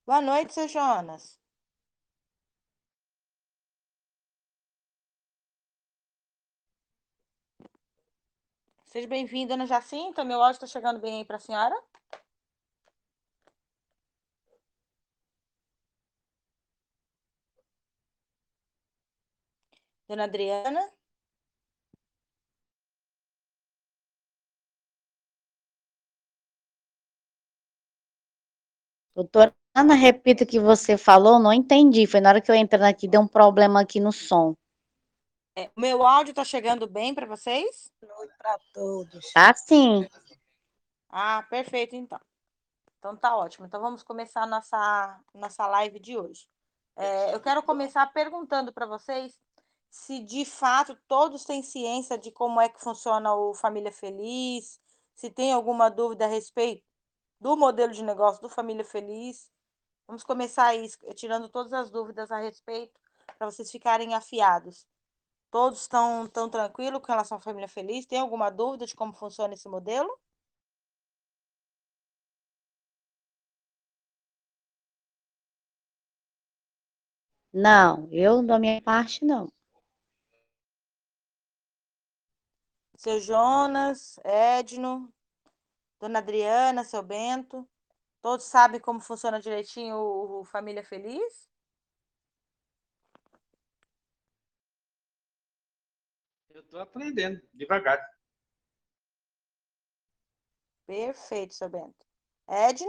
Boa noite, seu Jonas. Seja bem-vindo, Dona Jacinta. Meu áudio está chegando bem aí para a senhora? Dona Adriana? Doutora Ana, repita o que você falou, não entendi. Foi na hora que eu entrando aqui, deu um problema aqui no som. Meu áudio está chegando bem para vocês? Noite para todos. Tá sim. Ah, perfeito, então. Então tá ótimo. Então vamos começar a nossa live de hoje. Eu quero começar perguntando para vocês se de fato todos têm ciência de como é que funciona o Família Feliz, se tem alguma dúvida a respeito do modelo de negócio do Família Feliz. Vamos começar aí, tirando todas as dúvidas a respeito, para vocês ficarem afiados. Todos estão tão tranquilos com relação à família feliz? Tem alguma dúvida de como funciona esse modelo? Não, eu da minha parte não. Seu Jonas, Edno, Dona Adriana, seu Bento, todos sabem como funciona direitinho o Família Feliz? Eu estou aprendendo devagar. Perfeito, seu Bento. Edno?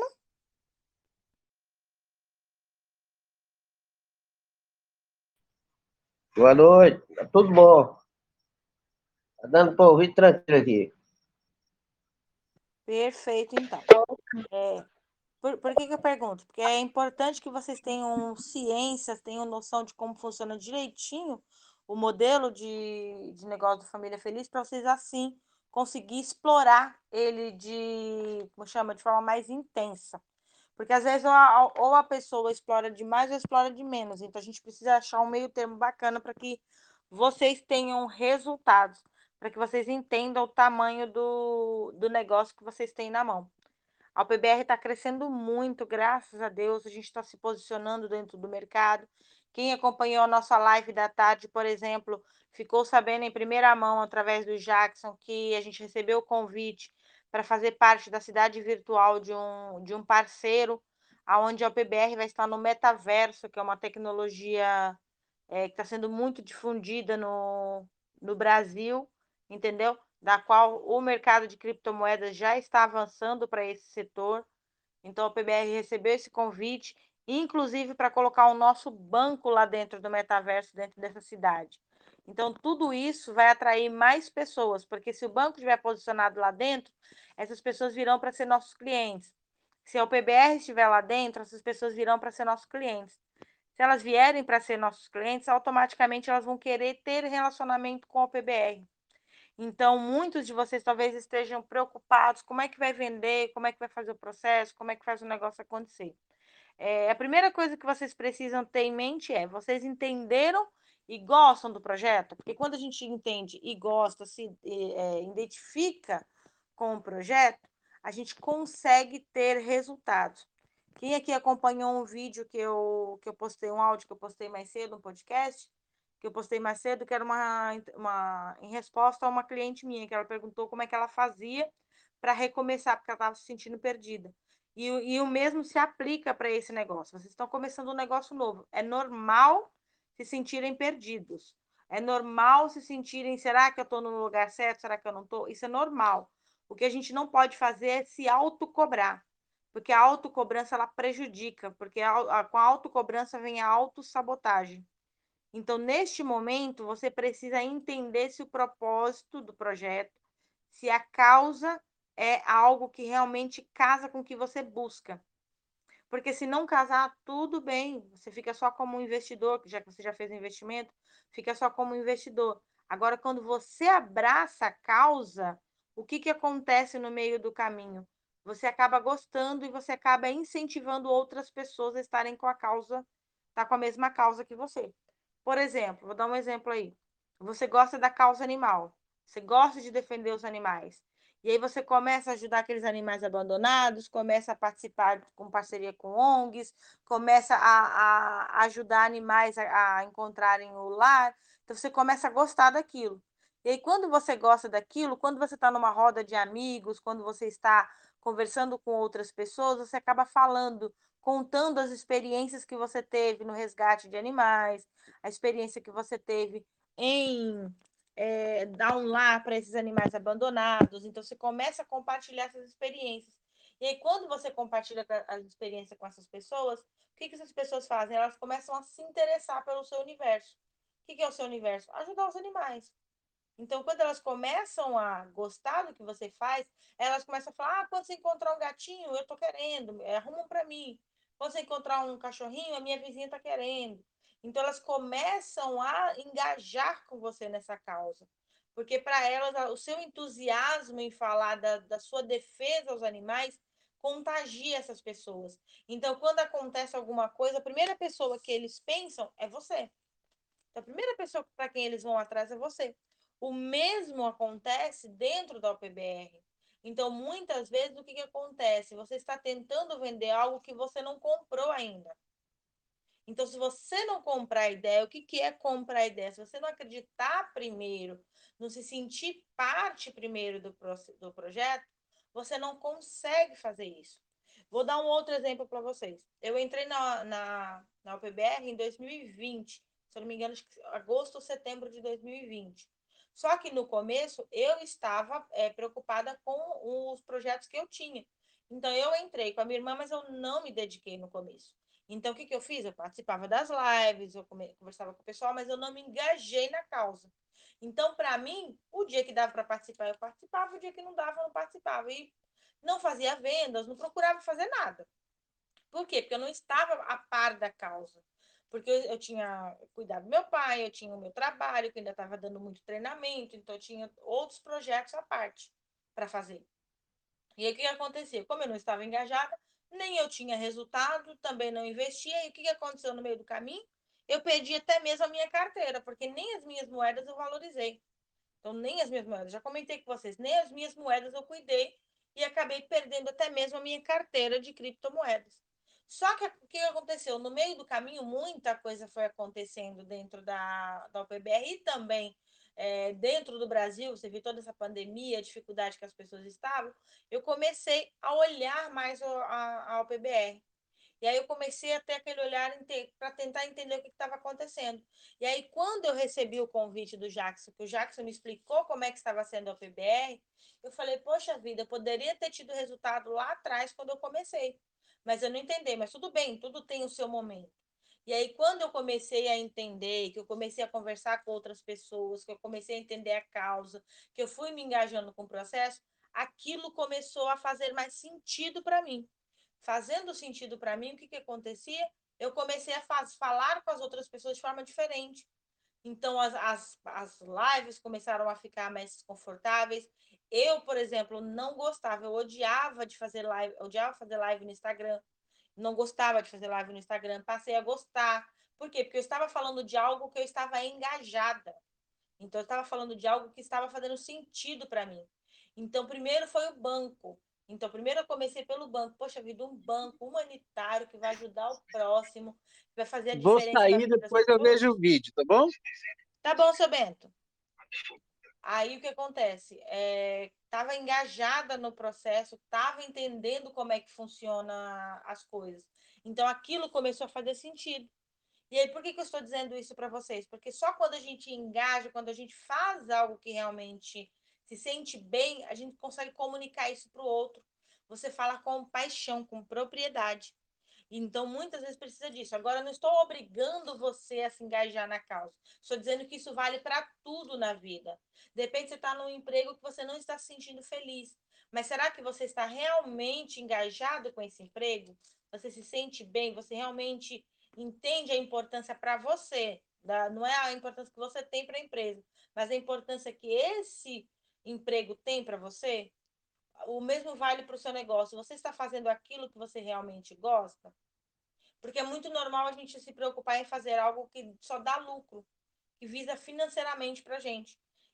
Boa noite, tá tudo bom? Tá dando para ouvir tranquilo aqui. Perfeito, então. Por que eu pergunto? Porque é importante que vocês tenham ciência, tenham noção de como funciona direitinho o modelo de negócio do Família Feliz, para vocês assim conseguir explorar ele como chama, de forma mais intensa. Porque às vezes ou a pessoa explora demais ou explora de menos. Então a gente precisa achar um meio termo bacana para que vocês tenham resultados, para que vocês entendam o tamanho do negócio que vocês têm na mão. A UPBR está crescendo muito, graças a Deus, a gente está se posicionando dentro do mercado. Quem acompanhou a nossa live da tarde, por exemplo, ficou sabendo em primeira mão, através do Jackson, que a gente recebeu o convite para fazer parte da cidade virtual de um parceiro, aonde a UPBR vai estar no metaverso, que é uma tecnologia que está sendo muito difundida no Brasil, entendeu? Da qual o mercado de criptomoedas já está avançando para esse setor. Então, a PBR recebeu esse convite, inclusive para colocar o nosso banco lá dentro do metaverso, dentro dessa cidade. Então, tudo isso vai atrair mais pessoas, porque se o banco estiver posicionado lá dentro, essas pessoas virão para ser nossos clientes. Se a PBR estiver lá dentro, essas pessoas virão para ser nossos clientes. Se elas vierem para ser nossos clientes, automaticamente elas vão querer ter relacionamento com a PBR. Então, muitos de vocês talvez estejam preocupados, como é que vai vender, como é que vai fazer o processo, como é que faz o negócio acontecer. A primeira coisa que vocês precisam ter em mente é, vocês entenderam e gostam do projeto? Porque quando a gente entende e gosta, se identifica com o projeto, a gente consegue ter resultados. Quem aqui acompanhou um vídeo que eu postei, um áudio que eu postei mais cedo, um podcast, que eu postei mais cedo, que era em resposta a uma cliente minha, que ela perguntou como é que ela fazia para recomeçar, porque ela estava se sentindo perdida. E o mesmo se aplica para esse negócio. Vocês estão começando um negócio novo. É normal se sentirem perdidos. É normal se sentirem, será que eu estou no lugar certo? Será que eu não estou? Isso é normal. O que a gente não pode fazer é se autocobrar, porque a autocobrança ela prejudica, porque com a autocobrança vem a autossabotagem. Então, neste momento, você precisa entender se o propósito do projeto, se a causa é algo que realmente casa com o que você busca. Porque se não casar, tudo bem, você fica só como um investidor, já que você já fez investimento, fica só como investidor. Agora, quando você abraça a causa, o que acontece no meio do caminho? Você acaba gostando e você acaba incentivando outras pessoas a estarem com a causa, tá com a mesma causa que você. Por exemplo, vou dar um exemplo aí. Você gosta da causa animal, você gosta de defender os animais. E aí você começa a ajudar aqueles animais abandonados, começa a participar com parceria com ONGs, começa a ajudar animais a encontrarem o lar. Então você começa a gostar daquilo. E aí, quando você gosta daquilo, quando você está numa roda de amigos, quando você está conversando com outras pessoas, você acaba falando, contando as experiências que você teve no resgate de animais, a experiência que você teve em dar um lar para esses animais abandonados. Então, você começa a compartilhar essas experiências. E aí, quando você compartilha a experiência com essas pessoas, o que essas pessoas fazem? Elas começam a se interessar pelo seu universo. O que é o seu universo? Ajudar os animais. Então, quando elas começam a gostar do que você faz, elas começam a falar: quando você encontrar um gatinho, eu tô querendo, arruma um para mim. Quando você encontrar um cachorrinho, a minha vizinha tá querendo. Então, elas começam a engajar com você nessa causa. Porque para elas, o seu entusiasmo em falar da sua defesa aos animais contagia essas pessoas. Então, quando acontece alguma coisa, a primeira pessoa que eles pensam é você. Então, a primeira pessoa para quem eles vão atrás é você. O mesmo acontece dentro da UPBR. Então, muitas vezes, o que acontece? Você está tentando vender algo que você não comprou ainda. Então, se você não comprar a ideia, o que é comprar a ideia? Se você não acreditar primeiro, não se sentir parte primeiro do projeto, você não consegue fazer isso. Vou dar um outro exemplo para vocês. Eu entrei na UPBR em 2020, se eu não me engano, agosto ou setembro de 2020. Só que no começo eu estava preocupada com os projetos que eu tinha. Então eu entrei com a minha irmã, mas eu não me dediquei no começo. Então, o que eu fiz? Eu participava das lives, eu conversava com o pessoal, mas eu não me engajei na causa. Então, para mim, o dia que dava para participar, eu participava, o dia que não dava, eu não participava. E não fazia vendas, não procurava fazer nada. Por quê? Porque eu não estava a par da causa. Porque eu tinha cuidado do meu pai, eu tinha o meu trabalho, que ainda estava dando muito treinamento, então eu tinha outros projetos à parte para fazer. E aí, o que acontecia? Como eu não estava engajada, nem eu tinha resultado, também não investia. E o que aconteceu no meio do caminho? Eu perdi até mesmo a minha carteira, porque nem as minhas moedas eu valorizei. Então, nem as minhas moedas, já comentei com vocês, nem as minhas moedas eu cuidei e acabei perdendo até mesmo a minha carteira de criptomoedas. Só que o que aconteceu? No meio do caminho, muita coisa foi acontecendo dentro da UPBR e também dentro do Brasil. Você viu toda essa pandemia, a dificuldade que as pessoas estavam. Eu comecei a olhar mais a UPBR. E aí eu comecei a ter aquele olhar para tentar entender o que estava acontecendo. E aí, quando eu recebi o convite do Jackson, que o Jackson me explicou como é que estava sendo a PBR, eu falei, poxa vida, eu poderia ter tido resultado lá atrás quando eu comecei. Mas eu não entendi, mas tudo bem, tudo tem o seu momento. E aí, quando eu comecei a entender, que eu comecei a conversar com outras pessoas, que eu comecei a entender a causa, que eu fui me engajando com o processo, aquilo começou a fazer mais sentido para mim. Fazendo sentido para mim, o que acontecia? Eu comecei a falar com as outras pessoas de forma diferente. Então, as lives começaram a ficar mais confortáveis. Eu, por exemplo, não gostava, eu odiava de fazer live, odiava fazer live no Instagram, não gostava de fazer live no Instagram, passei a gostar. Por quê? Porque eu estava falando de algo que eu estava engajada. Então, eu estava falando de algo que estava fazendo sentido para mim. Então, primeiro foi o banco. Então, primeiro eu comecei pelo banco. Poxa vida, um banco humanitário que vai ajudar o próximo, que vai fazer a Vou diferença na sair, vida das depois eu pessoas. vejo o vídeo, tá bom? Tá bom, seu Bento. Aí o que acontece? Estava engajada no processo, estava entendendo como é que funciona as coisas. Então, aquilo começou a fazer sentido. E aí, por que eu estou dizendo isso para vocês? Porque só quando a gente engaja, quando a gente faz algo que realmente se sente bem, a gente consegue comunicar isso para o outro. Você fala com paixão, com propriedade. Então, muitas vezes precisa disso. Agora, eu não estou obrigando você a se engajar na causa. Estou dizendo que isso vale para tudo na vida. De repente, você está num emprego que você não está se sentindo feliz. Mas será que você está realmente engajado com esse emprego? Você se sente bem? Você realmente entende a importância para você? Não é a importância que você tem para a empresa, mas a importância que esse emprego tem para você? O mesmo vale para o seu negócio. Você está fazendo aquilo que você realmente gosta? Porque é muito normal a gente se preocupar em fazer algo que só dá lucro, que visa financeiramente para a gente.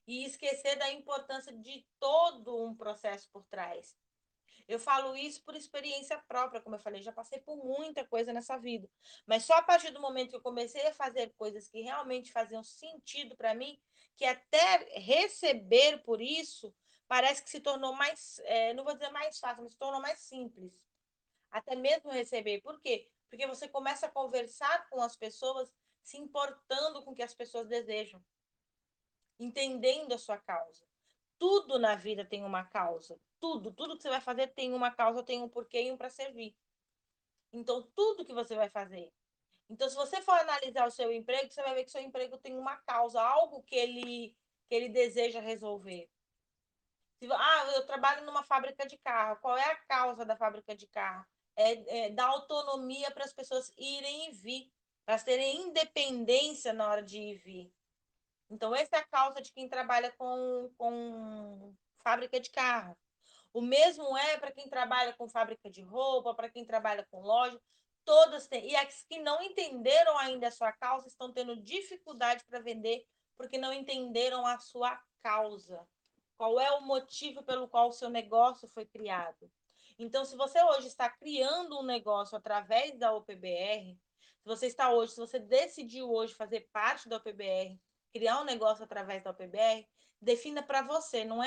e esquecer da importância de todo um processo por trás. Eu falo isso por experiência própria, como eu falei, já passei por muita coisa nessa vida. Mas só a partir do momento que eu comecei a fazer coisas que realmente faziam sentido para mim, que até receber por isso parece que se tornou mais, não vou dizer mais fácil, mas se tornou mais simples. Até mesmo receber. Por quê? Porque você começa a conversar com as pessoas, se importando com o que as pessoas desejam, entendendo a sua causa. Tudo na vida tem uma causa. Tudo que você vai fazer tem uma causa, tem um porquê e um para servir. Então, tudo que você vai fazer. Então, se você for analisar o seu emprego, você vai ver que o seu emprego tem uma causa, algo que ele deseja resolver. Eu trabalho numa fábrica de carro. Qual é a causa da fábrica de carro? É dar autonomia para as pessoas irem e vir, para terem independência na hora de ir e vir. Então, essa é a causa de quem trabalha com fábrica de carro. O mesmo é para quem trabalha com fábrica de roupa, para quem trabalha com loja. Todas têm. E as que não entenderam ainda a sua causa estão tendo dificuldade para vender porque não entenderam a sua causa. Qual é o motivo pelo qual o seu negócio foi criado? Então, se você hoje está criando um negócio através da OPBR, se você decidiu hoje fazer parte da OPBR, criar um negócio através da OPBR, defina para você, não é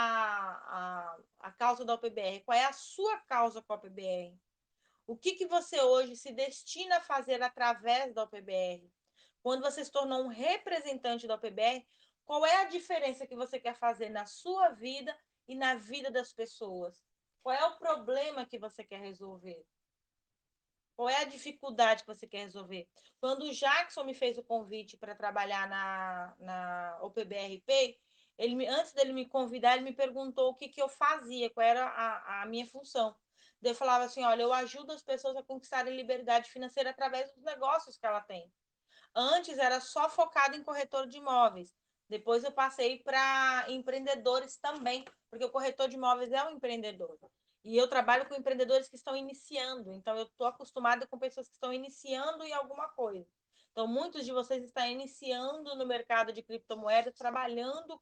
a causa da OPBR, qual é a sua causa com a OPBR? O que você hoje se destina a fazer através da OPBR? Quando você se tornou um representante da OPBR, qual é a diferença que você quer fazer na sua vida e na vida das pessoas? Qual é o problema que você quer resolver? Qual é a dificuldade que você quer resolver? Quando o Jackson me fez o convite para trabalhar na OPBRP, antes dele me convidar, ele me perguntou o que eu fazia, qual era a minha função. Eu falava assim, olha, eu ajudo as pessoas a conquistarem liberdade financeira através dos negócios que ela tem. Antes era só focado em corretor de imóveis. Depois eu passei para empreendedores também, porque o corretor de imóveis é um empreendedor. E eu trabalho com empreendedores que estão iniciando, então eu estou acostumada com pessoas que estão iniciando em alguma coisa. Então, muitos de vocês estão iniciando no mercado de criptomoedas, trabalhando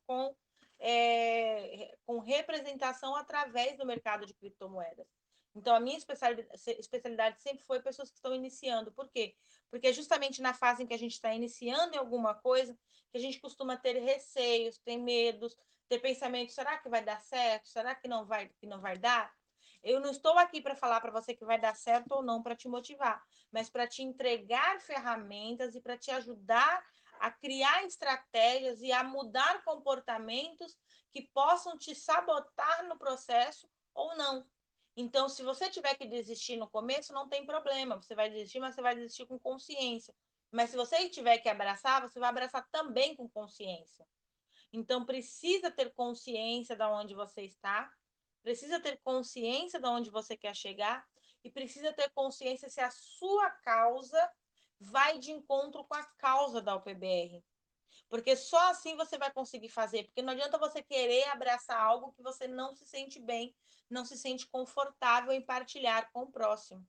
com representação através do mercado de criptomoedas. Então, a minha especialidade sempre foi pessoas que estão iniciando. Por quê? Porque é justamente na fase em que a gente está iniciando em alguma coisa que a gente costuma ter receios, ter medos, ter pensamentos, será que vai dar certo? Será que não vai dar? Eu não estou aqui para falar para você que vai dar certo ou não para te motivar, mas para te entregar ferramentas e para te ajudar a criar estratégias e a mudar comportamentos que possam te sabotar no processo ou não. Então, se você tiver que desistir no começo, não tem problema. Você vai desistir, mas você vai desistir com consciência. Mas se você tiver que abraçar, você vai abraçar também com consciência. Então, precisa ter consciência de onde você está, precisa ter consciência de onde você quer chegar e precisa ter consciência se a sua causa vai de encontro com a causa da UPBR. Porque só assim você vai conseguir fazer. Porque não adianta você querer abraçar algo que você não se sente bem, não se sente confortável em partilhar com o próximo.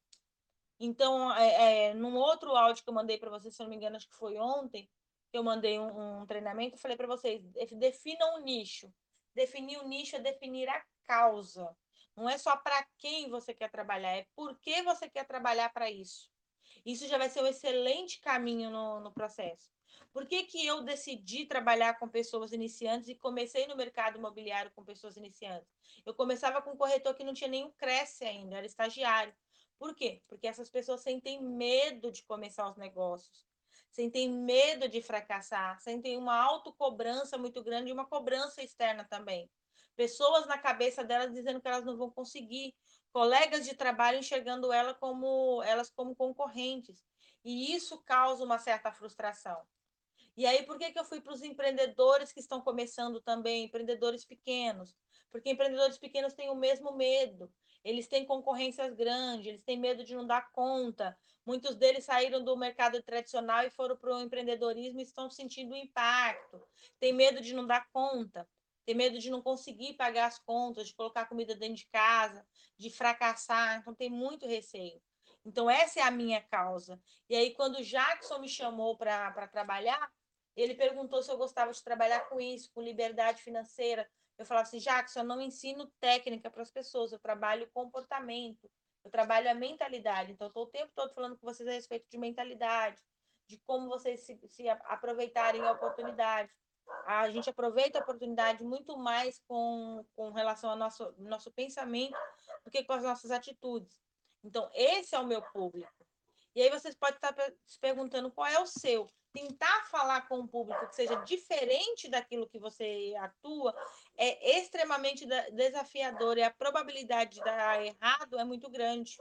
Então, num outro áudio que eu mandei para vocês, se não me engano, acho que foi ontem, que eu mandei um treinamento, eu falei para vocês, definam um nicho. Definir o nicho é definir a causa. Não é só para quem você quer trabalhar, é por que você quer trabalhar para isso. Isso já vai ser um excelente caminho no processo. Por que eu decidi trabalhar com pessoas iniciantes e comecei no mercado imobiliário com pessoas iniciantes? Eu começava com um corretor que não tinha nenhum Cresce ainda, era estagiário. Por quê? Porque essas pessoas sentem medo de começar os negócios, sentem medo de fracassar, sentem uma autocobrança muito grande e uma cobrança externa também. Pessoas na cabeça delas dizendo que elas não vão conseguir, colegas de trabalho enxergando elas como concorrentes. E isso causa uma certa frustração. E aí, por que eu fui para os empreendedores que estão começando também, empreendedores pequenos? Porque empreendedores pequenos têm o mesmo medo. Eles têm concorrências grandes, eles têm medo de não dar conta. Muitos deles saíram do mercado tradicional e foram para o empreendedorismo e estão sentindo o impacto. Tem medo de não dar conta, tem medo de não conseguir pagar as contas, de colocar comida dentro de casa, de fracassar. Então, tem muito receio. Então, essa é a minha causa. E aí, quando o Jackson me chamou para trabalhar, Ele perguntou se eu gostava de trabalhar com isso, com liberdade financeira. Eu falava assim, Jackson, eu não ensino técnica para as pessoas, eu trabalho comportamento, eu trabalho a mentalidade. Então, eu estou o tempo todo falando com vocês a respeito de mentalidade, de como vocês se aproveitarem a oportunidade. A gente aproveita a oportunidade muito mais com relação ao nosso pensamento do que com as nossas atitudes. Então, esse é o meu público. E aí vocês podem estar se perguntando qual é o seu. Tentar falar com um público que seja diferente daquilo que você atua é extremamente desafiador e a probabilidade de dar errado é muito grande.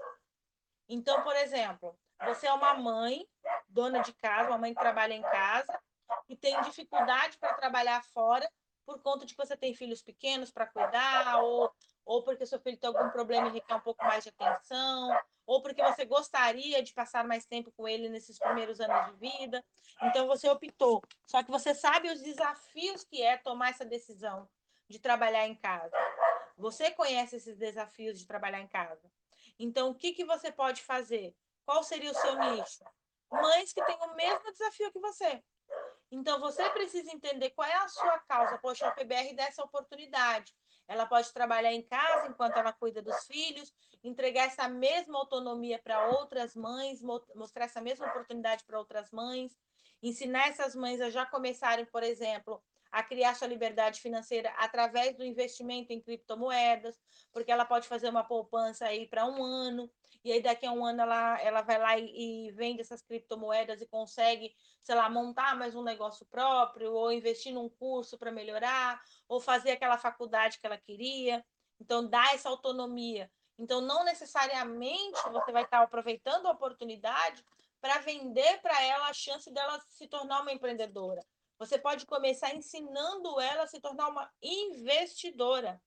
Então, por exemplo, você é uma mãe, dona de casa, uma mãe que trabalha em casa, e tem dificuldade para trabalhar fora por conta de que você tem filhos pequenos para cuidar, ou porque seu filho tem algum problema e requer um pouco mais de atenção, ou porque você gostaria de passar mais tempo com ele nesses primeiros anos de vida. Então, você optou. Só que você sabe os desafios que é tomar essa decisão de trabalhar em casa. Você conhece esses desafios de trabalhar em casa. Então, o que você pode fazer? Qual seria o seu nicho? Mães que têm o mesmo desafio que você. Então, você precisa entender qual é a sua causa. Poxa, a PBR dá essa oportunidade. Ela pode trabalhar em casa enquanto ela cuida dos filhos, entregar essa mesma autonomia para outras mães, mostrar essa mesma oportunidade para outras mães, ensinar essas mães a já começarem, por exemplo, a criar sua liberdade financeira através do investimento em criptomoedas, porque ela pode fazer uma poupança aí para um ano, e aí daqui a um ano ela vai lá e vende essas criptomoedas e consegue, sei lá, montar mais um negócio próprio, ou investir num curso para melhorar, ou fazer aquela faculdade que ela queria. Então, dá essa autonomia. Então, não necessariamente você vai estar aproveitando a oportunidade para vender para ela a chance dela se tornar uma empreendedora. Você pode começar ensinando ela a se tornar uma investidora.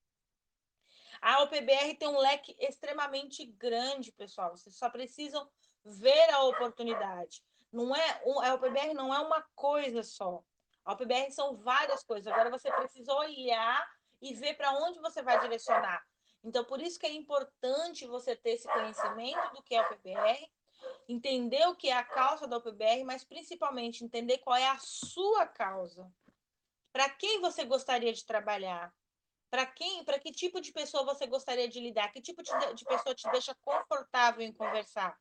A OPBR tem um leque extremamente grande, pessoal. Vocês só precisam ver a oportunidade. Não é, a OPBR não é uma coisa só. A OPBR são várias coisas. Agora você precisa olhar e ver para onde você vai direcionar. Então, por isso que é importante você ter esse conhecimento do que é a OPBR, entender o que é a causa da OPBR, mas principalmente entender qual é a sua causa. Para quem você gostaria de trabalhar? Para que tipo de pessoa você gostaria de lidar? Que tipo de pessoa te deixa confortável em conversar?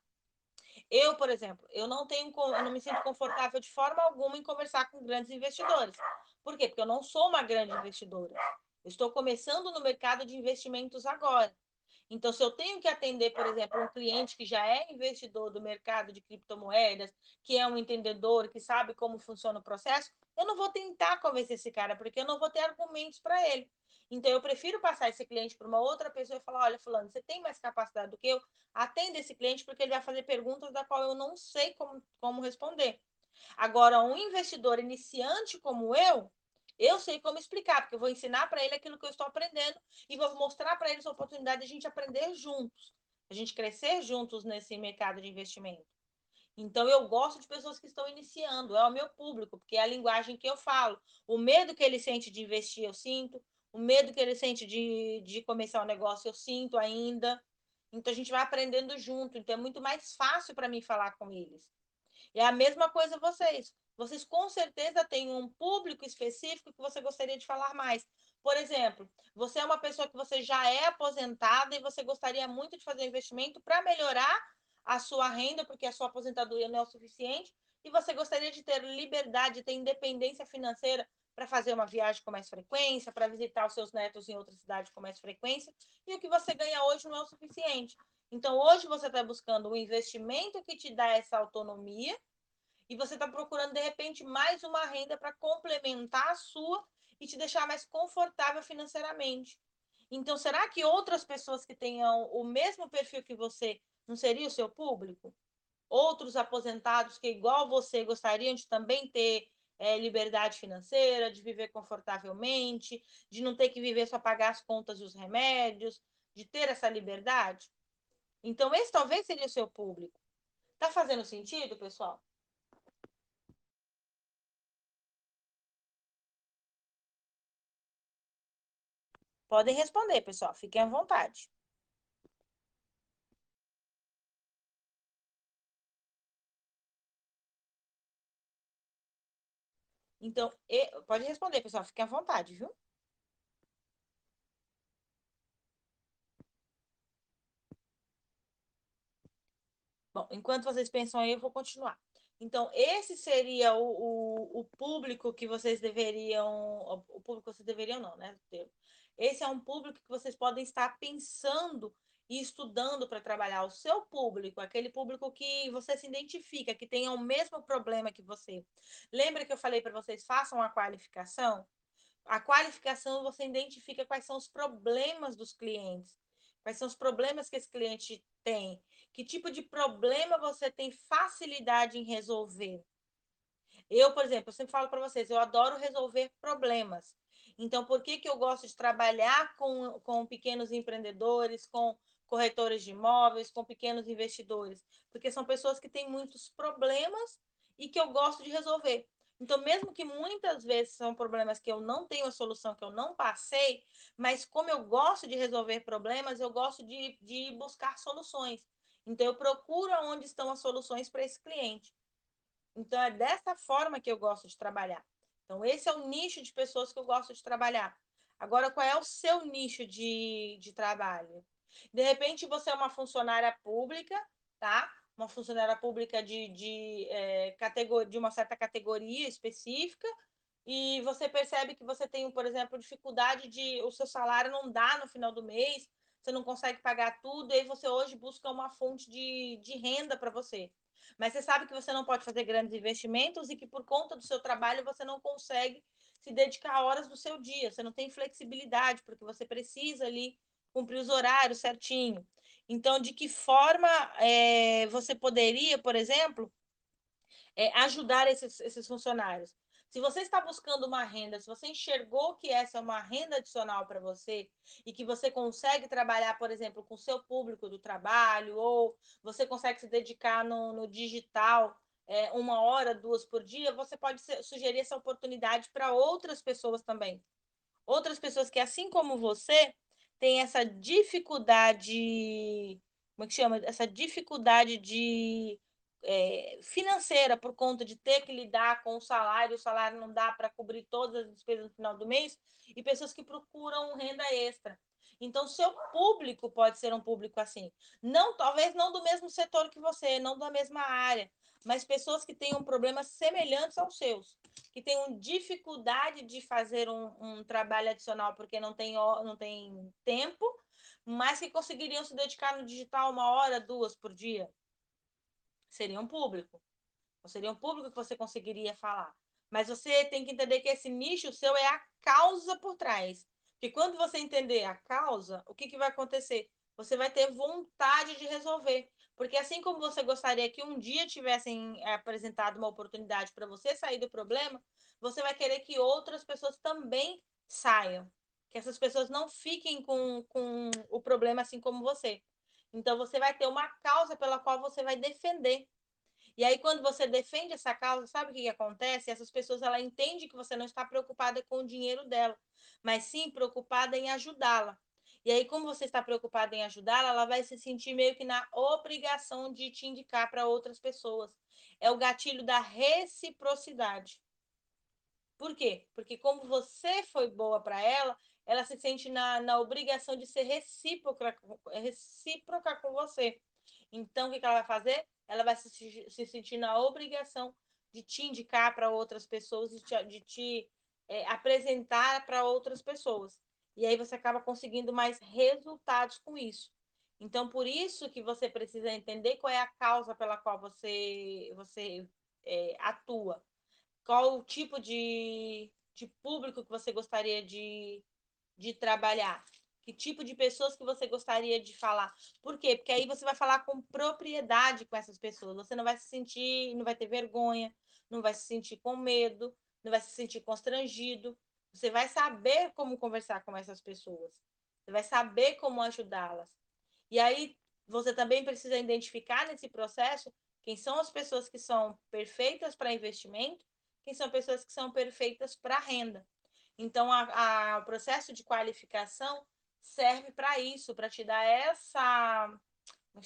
Eu, por exemplo, eu não me sinto confortável de forma alguma em conversar com grandes investidores. Por quê? Porque eu não sou uma grande investidora. Eu estou começando no mercado de investimentos agora. Então, se eu tenho que atender, por exemplo, um cliente que já é investidor do mercado de criptomoedas, que é um entendedor, que sabe como funciona o processo, eu não vou tentar convencer esse cara, porque eu não vou ter argumentos para ele. Então, eu prefiro passar esse cliente para uma outra pessoa e falar: olha, Fulano, você tem mais capacidade do que eu? Atenda esse cliente, porque ele vai fazer perguntas da qual eu não sei como responder. Agora, um investidor iniciante como eu sei como explicar, porque eu vou ensinar para ele aquilo que eu estou aprendendo e vou mostrar para ele essa oportunidade de a gente aprender juntos, a gente crescer juntos nesse mercado de investimento. Então, eu gosto de pessoas que estão iniciando, é o meu público, porque é a linguagem que eu falo. O medo que ele sente de investir, eu sinto. O medo que ele sente de começar o um negócio, eu sinto ainda. Então, a gente vai aprendendo junto. Então, é muito mais fácil para mim falar com eles. É a mesma coisa vocês. Vocês com certeza têm um público específico que você gostaria de falar mais. Por exemplo, você é uma pessoa que você já é aposentada e você gostaria muito de fazer um investimento para melhorar a sua renda, porque a sua aposentadoria não é o suficiente, e você gostaria de ter liberdade, de ter independência financeira para fazer uma viagem com mais frequência, para visitar os seus netos em outra cidade com mais frequência, e o que você ganha hoje não é o suficiente. Então, hoje você está buscando um investimento que te dá essa autonomia e você está procurando, de repente, mais uma renda para complementar a sua e te deixar mais confortável financeiramente. Então, será que outras pessoas que tenham o mesmo perfil que você não seria o seu público? Outros aposentados que, igual você, gostariam de também ter liberdade financeira, de viver confortavelmente, de não ter que viver só pagar as contas e os remédios, de ter essa liberdade? Então, esse talvez seria o seu público. Tá fazendo sentido, pessoal? Podem responder, pessoal. Fiquem à vontade. Então, pode responder, pessoal, fiquem à vontade, viu? Bom, enquanto vocês pensam aí, eu vou continuar. Então, esse seria o público que vocês deveriam. O público que vocês deveriam, não, né? Esse é um público que vocês podem estar pensando e estudando para trabalhar. O seu público, aquele público que você se identifica, que tenha o mesmo problema que você. Lembra que eu falei para vocês, façam a qualificação? A qualificação você identifica quais são os problemas dos clientes, quais são os problemas que esse cliente tem, que tipo de problema você tem facilidade em resolver. Eu, por exemplo, eu sempre falo para vocês, eu adoro resolver problemas. Então, por que eu gosto de trabalhar com pequenos empreendedores, com corretores de imóveis, com pequenos investidores? Porque são pessoas que têm muitos problemas e que eu gosto de resolver. Então, mesmo que muitas vezes são problemas que eu não tenho a solução, que eu não passei, mas como eu gosto de resolver problemas, eu gosto de buscar soluções. Então, eu procuro onde estão as soluções para esse cliente. Então, é dessa forma que eu gosto de trabalhar. Então, esse é o nicho de pessoas que eu gosto de trabalhar. Agora, qual é o seu nicho de trabalho? De repente, você é uma funcionária pública, tá? Uma funcionária pública de uma certa categoria específica, e você percebe que você tem, por exemplo, dificuldade o seu salário não dá no final do mês, você não consegue pagar tudo, e aí você hoje busca uma fonte de renda para você. Mas você sabe que você não pode fazer grandes investimentos e que por conta do seu trabalho você não consegue se dedicar a horas do seu dia, você não tem flexibilidade, porque você precisa ali cumprir os horários certinho. Então, de que forma você poderia, por exemplo, ajudar esses funcionários? Se você está buscando uma renda, se você enxergou que essa é uma renda adicional para você e que você consegue trabalhar, por exemplo, com o seu público do trabalho, ou você consegue se dedicar no digital 1 hora, 2 por dia, você pode sugerir essa oportunidade para outras pessoas também. Outras pessoas que, assim como você, têm essa dificuldade, como é que chama? Essa dificuldade financeira por conta de ter que lidar com o salário não dá para cobrir todas as despesas no final do mês, e pessoas que procuram renda extra. Então, seu público pode ser um público assim. Não, talvez não do mesmo setor que você, não da mesma área, mas pessoas que tenham problemas semelhantes aos seus, que tenham dificuldade de fazer um trabalho adicional porque não tem tempo, mas que conseguiriam se dedicar no digital 1 hora, 2 por dia. Seria um público. Não seria um público que você conseguiria falar. Mas você tem que entender que esse nicho seu é a causa por trás. Porque quando você entender a causa, o que vai acontecer? Você vai ter vontade de resolver. Porque assim como você gostaria que um dia tivessem apresentado uma oportunidade para você sair do problema, você vai querer que outras pessoas também saiam. Que essas pessoas não fiquem com o problema assim como você. Então, você vai ter uma causa pela qual você vai defender. E aí, quando você defende essa causa, sabe o que acontece? Essas pessoas, ela entende que você não está preocupada com o dinheiro dela, mas sim preocupada em ajudá-la. E aí, como você está preocupada em ajudá-la, ela vai se sentir meio que na obrigação de te indicar para outras pessoas. É o gatilho da reciprocidade. Por quê? Porque como você foi boa para ela, ela se sente na obrigação de ser recíproca com você. Então, o que ela vai fazer? Ela vai se sentir na obrigação de te indicar para outras pessoas, de te apresentar para outras pessoas. E aí você acaba conseguindo mais resultados com isso. Então, por isso que você precisa entender qual é a causa pela qual você atua. Qual o tipo de público que você gostaria de trabalhar? Que tipo de pessoas que você gostaria de falar? Por quê? Porque aí você vai falar com propriedade com essas pessoas. Você não vai se sentir, não vai ter vergonha, não vai se sentir com medo, não vai se sentir constrangido. Você vai saber como conversar com essas pessoas. Você vai saber como ajudá-las. E aí você também precisa identificar nesse processo quem são as pessoas que são perfeitas para investimento, quem são pessoas que são perfeitas para renda. Então, o processo de qualificação serve para isso, para te dar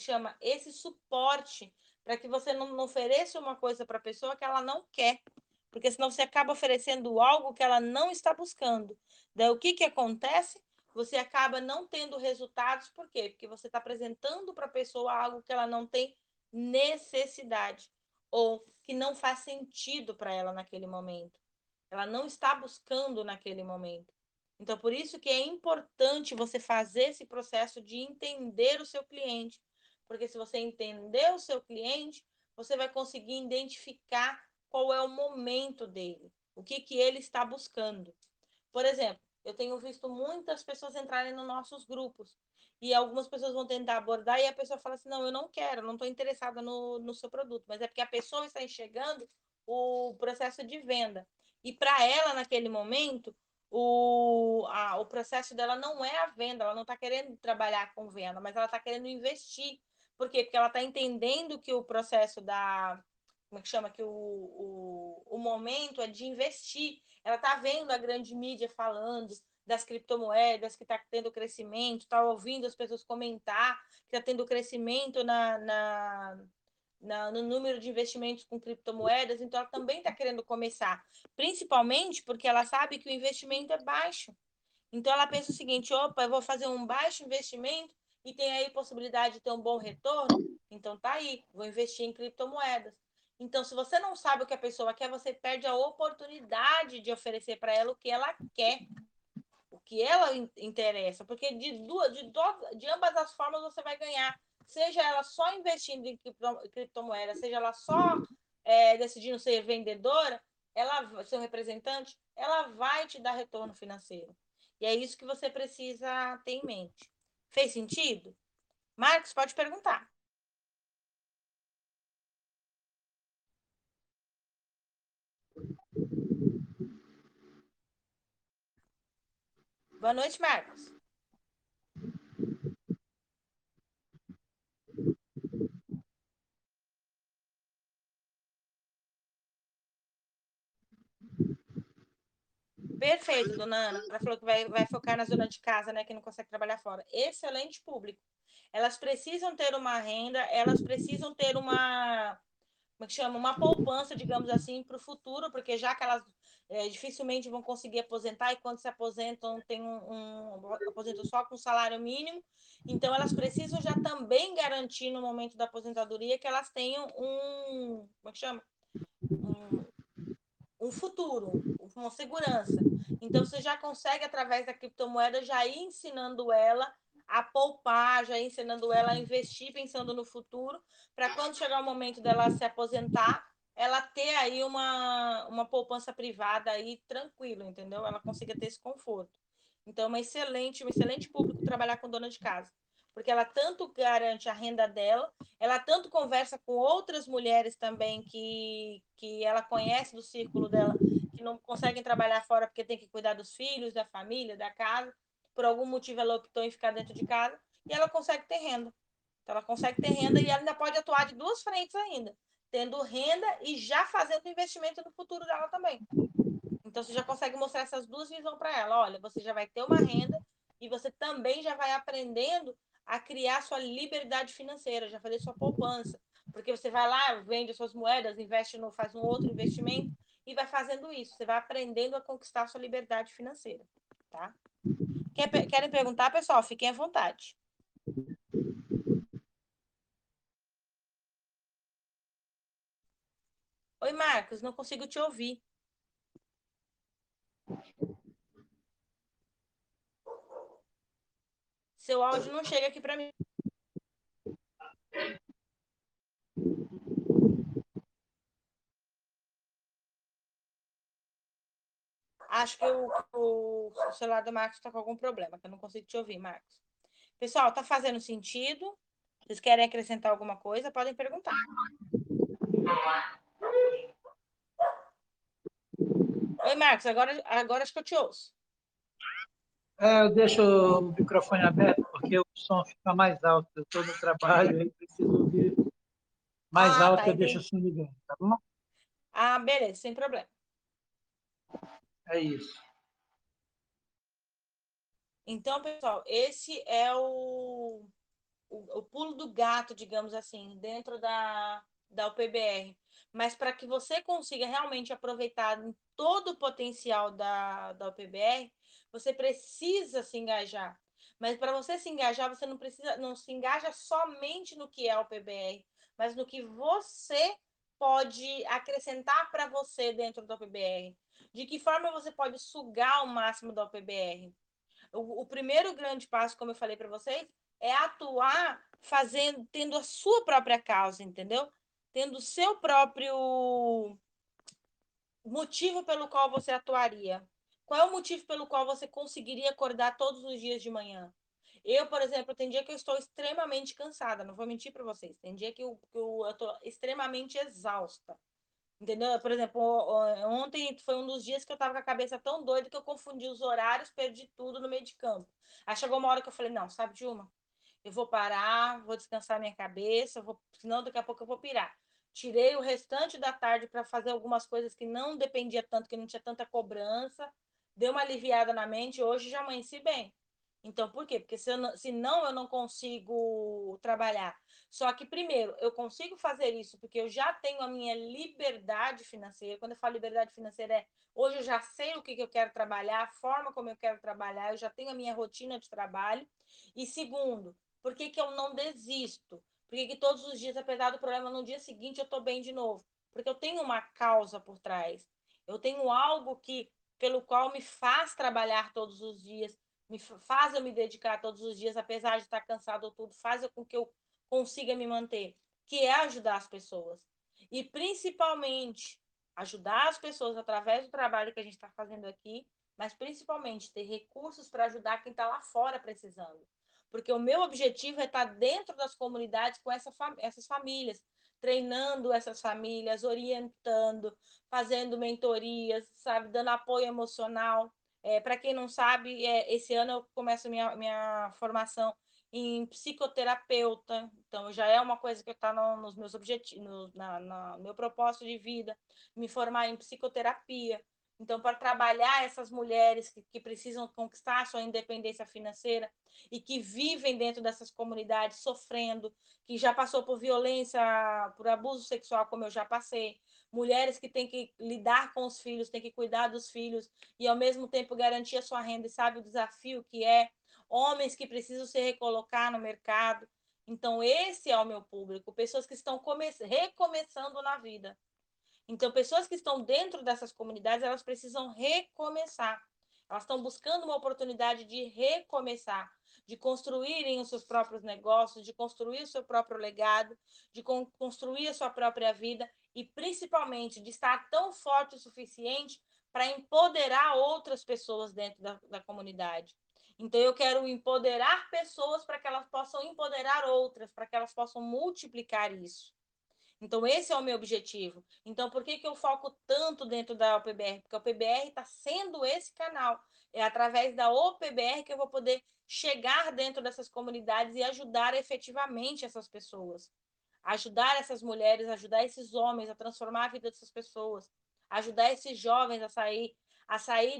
esse suporte, para que você não ofereça uma coisa para a pessoa que ela não quer. porque senão você acaba oferecendo algo que ela não está buscando. Daí o que acontece? Você acaba não tendo resultados, por quê? Porque você está apresentando para a pessoa algo que ela não tem necessidade, ou que não faz sentido para ela naquele momento. Ela não está buscando naquele momento. Então, por isso que é importante você fazer esse processo de entender o seu cliente. Porque se você entender o seu cliente, você vai conseguir identificar qual é o momento dele, o que ele está buscando. Por exemplo, eu tenho visto muitas pessoas entrarem nos nossos grupos e algumas pessoas vão tentar abordar e a pessoa fala assim, não, eu não quero, não estou interessada no seu produto, mas é porque a pessoa está enxergando o processo de venda. E para ela, naquele momento, o processo dela não é a venda, ela não está querendo trabalhar com venda, mas ela está querendo investir. Por quê? Porque ela está entendendo que o processo da... Como é que chama? Que o momento é de investir. Ela está vendo a grande mídia falando das criptomoedas, que está tendo crescimento, está ouvindo as pessoas comentar que está tendo crescimento no número de investimentos com criptomoedas, então ela também está querendo começar, principalmente porque ela sabe que o investimento é baixo. Então ela pensa o seguinte, opa, eu vou fazer um baixo investimento e tem aí possibilidade de ter um bom retorno, então tá aí, vou investir em criptomoedas. Então, se você não sabe o que a pessoa quer, você perde a oportunidade de oferecer para ela o que ela quer, o que ela interessa, porque de ambas as formas você vai ganhar, seja ela só investindo em criptomoeda, seja ela só decidindo ser vendedora, ela ser um representante, ela vai te dar retorno financeiro. E é isso que você precisa ter em mente. Fez sentido? Marcos, pode perguntar. Boa noite, Marcos. Perfeito, dona Ana. Ela falou que vai focar na zona de casa, né? Que não consegue trabalhar fora. Excelente público. Elas precisam ter uma renda, elas precisam ter uma, como é que chama? Uma poupança, digamos assim, para o futuro, porque já que elas dificilmente vão conseguir aposentar, e quando se aposentam, tem aposentam só com salário mínimo, então elas precisam já também garantir no momento da aposentadoria que elas tenham como é que chama? Um futuro, uma segurança. Então, você já consegue, através da criptomoeda, já ir ensinando ela a poupar, já ir ensinando ela a investir, pensando no futuro, para quando chegar o momento dela se aposentar, ela ter aí uma poupança privada aí tranquilo, entendeu? Ela consiga ter esse conforto. Então, um excelente público trabalhar com dona de casa, porque ela tanto garante a renda dela, ela tanto conversa com outras mulheres também que ela conhece do círculo dela, que não conseguem trabalhar fora porque tem que cuidar dos filhos, da família, da casa. Por algum motivo ela optou em ficar dentro de casa e ela consegue ter renda. Então ela consegue ter renda e ela ainda pode atuar de duas frentes ainda, tendo renda e já fazendo investimento no futuro dela também. Então você já consegue mostrar essas duas visões para ela. Olha, você já vai ter uma renda e você também já vai aprendendo a criar sua liberdade financeira, já fazer sua poupança. Porque você vai lá, vende suas moedas, investe faz um outro investimento e vai fazendo isso. Você vai aprendendo a conquistar sua liberdade financeira, tá? Querem perguntar, pessoal? Fiquem à vontade. Oi, Marcos, não consigo te ouvir. Seu áudio não chega aqui para mim. Acho que o celular do Marcos está com algum problema, que eu não consigo te ouvir, Marcos. Pessoal, tá fazendo sentido? Vocês querem acrescentar alguma coisa? Podem perguntar. Oi, Marcos, agora acho que eu te ouço. Eu deixo o microfone aberto porque o som fica mais alto. Eu estou no trabalho e preciso ouvir mais Ah, alto, tá, eu deixo entendi. assim ligado, tá bom? Ah, beleza, sem problema. É isso. Então, pessoal, esse é o pulo do gato, digamos assim, dentro da UPBR, mas para que você consiga realmente aproveitar todo o potencial da UPBR, você precisa se engajar. Mas para você se engajar, você não se engaja somente no que é a UPBR, mas no que você pode acrescentar para você dentro da UPBR. De que forma você pode sugar o máximo da UPBR? O primeiro grande passo, como eu falei para vocês, é atuar fazendo, tendo a sua própria causa, entendeu? Tendo o seu próprio motivo pelo qual você atuaria. Qual é o motivo pelo qual você conseguiria acordar todos os dias de manhã? Eu, por exemplo, tem dia que eu estou extremamente cansada, não vou mentir para vocês. Tem dia que eu estou extremamente exausta. Entendeu? Por exemplo, ontem foi um dos dias que eu tava com a cabeça tão doida que eu confundi os horários, perdi tudo no meio de campo. Aí chegou uma hora que eu falei, não, sabe de uma? Eu vou parar, vou descansar minha cabeça, senão daqui a pouco eu vou pirar. Tirei o restante da tarde para fazer algumas coisas que não dependia tanto, que não tinha tanta cobrança. Deu uma aliviada na mente, hoje já amanheci bem. Então, por quê? Porque senão eu não consigo trabalhar. Só que, primeiro, eu consigo fazer isso porque eu já tenho a minha liberdade financeira. Quando eu falo liberdade financeira, hoje eu já sei o que eu quero trabalhar, a forma como eu quero trabalhar, eu já tenho a minha rotina de trabalho. E segundo, por que eu não desisto? Por que todos os dias, apesar do problema, no dia seguinte eu estou bem de novo? Porque eu tenho uma causa por trás. Eu tenho algo pelo qual me faz trabalhar todos os dias, me faz eu me dedicar todos os dias, apesar de estar cansado ou tudo, faz com que eu consiga me manter, que é ajudar as pessoas. E principalmente ajudar as pessoas através do trabalho que a gente está fazendo aqui, mas principalmente ter recursos para ajudar quem está lá fora precisando. Porque o meu objetivo é estar dentro das comunidades com essas famílias, treinando essas famílias, orientando, fazendo mentorias, sabe, dando apoio emocional. Para quem não sabe, esse ano eu começo minha formação em psicoterapeuta, então já é uma coisa que está nos meus objetivos, no meu propósito de vida, me formar em psicoterapia. Então, para trabalhar essas mulheres que precisam conquistar a sua independência financeira e que vivem dentro dessas comunidades sofrendo, que já passou por violência, por abuso sexual, como eu já passei, mulheres que têm que lidar com os filhos, têm que cuidar dos filhos e, ao mesmo tempo, garantir a sua renda e sabe o desafio que é, homens que precisam se recolocar no mercado. Então, esse é o meu público, pessoas que estão recomeçando na vida. Então, pessoas que estão dentro dessas comunidades, elas precisam recomeçar. Elas estão buscando uma oportunidade de recomeçar, de construírem os seus próprios negócios, de construir o seu próprio legado, de construir a sua própria vida e, principalmente, de estar tão forte o suficiente para empoderar outras pessoas dentro da comunidade. Então, eu quero empoderar pessoas para que elas possam empoderar outras, para que elas possam multiplicar isso. Então, esse é o meu objetivo. Então, por que eu foco tanto dentro da OPBR? Porque a OPBR está sendo esse canal. É através da OPBR que eu vou poder chegar dentro dessas comunidades e ajudar efetivamente essas pessoas. Ajudar essas mulheres, ajudar esses homens a transformar a vida dessas pessoas. Ajudar esses jovens a sair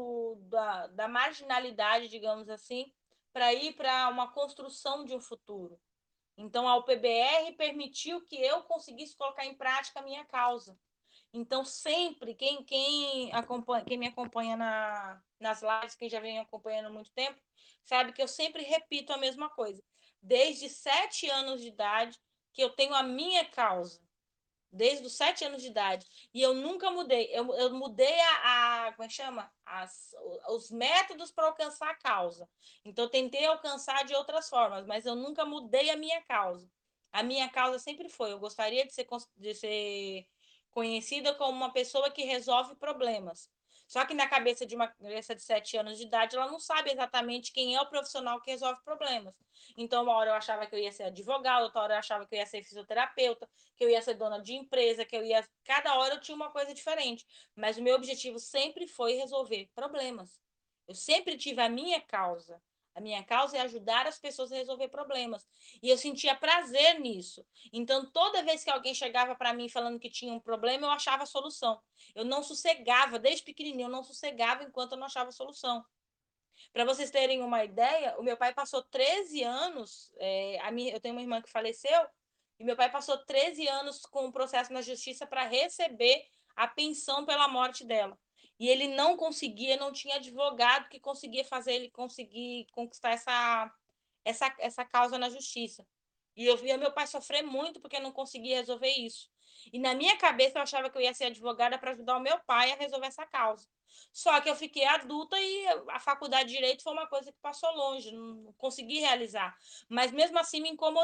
da marginalidade, digamos assim, para ir para uma construção de um futuro. Então, a UPBR permitiu que eu conseguisse colocar em prática a minha causa. Então, sempre, quem me acompanha nas lives, quem já vem acompanhando há muito tempo, sabe que eu sempre repito a mesma coisa. Desde 7 anos de idade, que eu tenho a minha causa desde os 7 anos de idade. E eu nunca mudei. Eu mudei como é que chama? Os métodos para alcançar a causa. Então, eu tentei alcançar de outras formas, mas eu nunca mudei a minha causa. A minha causa sempre foi: eu gostaria de ser conhecida como uma pessoa que resolve problemas. Só que na cabeça de uma criança de 7 anos de idade, ela não sabe exatamente quem é o profissional que resolve problemas. Então, uma hora eu achava que eu ia ser advogado, outra hora eu achava que eu ia ser fisioterapeuta, que eu ia ser dona de empresa, que eu ia. Cada hora eu tinha uma coisa diferente. Mas o meu objetivo sempre foi resolver problemas. Eu sempre tive a minha causa. A minha causa é ajudar as pessoas a resolver problemas. E eu sentia prazer nisso. Então, toda vez que alguém chegava para mim falando que tinha um problema, eu achava a solução. Eu não sossegava, desde pequenininho, eu não sossegava enquanto eu não achava a solução. Para vocês terem uma ideia, o meu pai passou 13 anos, eu tenho uma irmã que faleceu, e meu pai passou 13 anos com um processo na justiça para receber a pensão pela morte dela. E ele não conseguia, não tinha advogado que conseguia fazer ele conseguir conquistar essa causa na justiça. E eu via meu pai sofrer muito porque não conseguia resolver isso. E na minha cabeça eu achava que eu ia ser advogada para ajudar o meu pai a resolver essa causa. Só que eu fiquei adulta e a faculdade de Direito foi uma coisa que passou longe, não consegui realizar. Mas mesmo assim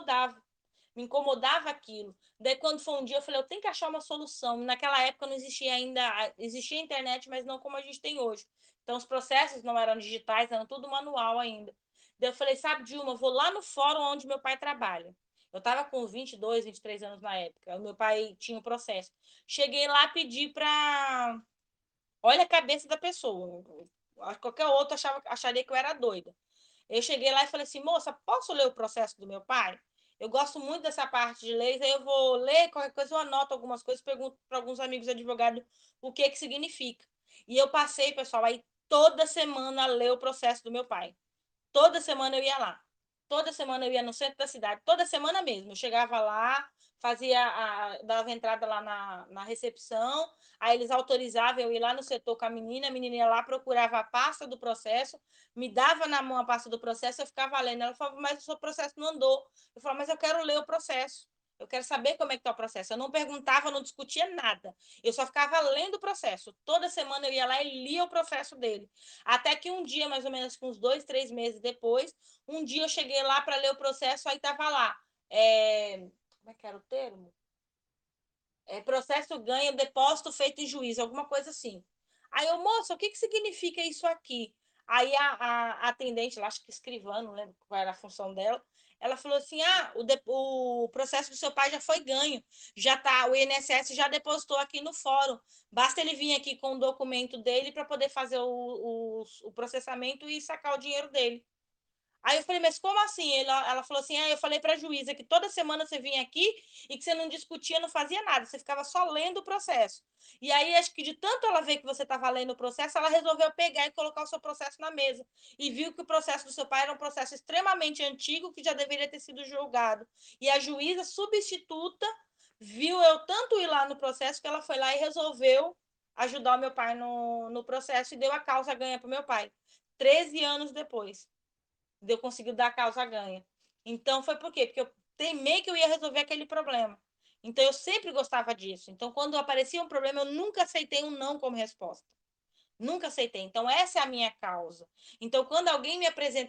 me incomodava aquilo. Daí, quando foi um dia, eu falei, eu tenho que achar uma solução. Naquela época não existia ainda, existia a internet, mas não como a gente tem hoje. Então, os processos não eram digitais, eram tudo manual ainda. Daí eu falei, sabe, Dilma, eu vou lá no fórum onde meu pai trabalha. Eu estava com 22, 23 anos na época. O meu pai tinha um processo. Cheguei lá, pedi para... Olha a cabeça da pessoa. Qualquer outro acharia que eu era doida. Eu cheguei lá e falei assim, moça, posso ler o processo do meu pai? Eu gosto muito dessa parte de leis, aí eu vou ler, qualquer coisa eu anoto algumas coisas, pergunto para alguns amigos advogados o que significa. E eu passei, pessoal, aí toda semana a ler o processo do meu pai. Toda semana eu ia lá. Toda semana eu ia no centro da cidade. Toda semana mesmo. Eu chegava lá, dava entrada lá na recepção, aí eles autorizavam eu ir lá no setor com a menina ia lá, procurava a pasta do processo, me dava na mão a pasta do processo, eu ficava lendo. Ela falava, mas o seu processo não andou. Eu falava, mas eu quero ler o processo. Eu quero saber como é que está o processo. Eu não perguntava, não discutia nada. Eu só ficava lendo o processo. Toda semana eu ia lá e lia o processo dele. Até que um dia, mais ou menos uns 2, 3 meses depois, um dia eu cheguei lá para ler o processo, aí estava lá. Como é que era o termo? Processo ganho, depósito feito em juízo, alguma coisa assim. Aí eu, moça, o que significa isso aqui? Aí a atendente, lá, acho que escrivã, não lembro qual era a função dela, ela falou assim: o processo do seu pai já foi ganho, já tá, o INSS já depositou aqui no fórum. Basta ele vir aqui com o documento dele para poder fazer o processamento e sacar o dinheiro dele. Aí eu falei, mas como assim? Ela falou assim, eu falei para a juíza que toda semana você vinha aqui e que você não discutia, não fazia nada, você ficava só lendo o processo. E aí, acho que de tanto ela ver que você estava lendo o processo, ela resolveu pegar e colocar o seu processo na mesa. E viu que o processo do seu pai era um processo extremamente antigo, que já deveria ter sido julgado. E a juíza substituta viu eu tanto ir lá no processo que ela foi lá e resolveu ajudar o meu pai no processo e deu a causa ganha para o meu pai. 13 anos depois de eu conseguir dar a causa ganha. Então, foi por quê? Porque eu temei que eu ia resolver aquele problema. Então, eu sempre gostava disso. Então, quando aparecia um problema, eu nunca aceitei um não como resposta. Nunca aceitei. Então, essa é a minha causa. Então, quando alguém me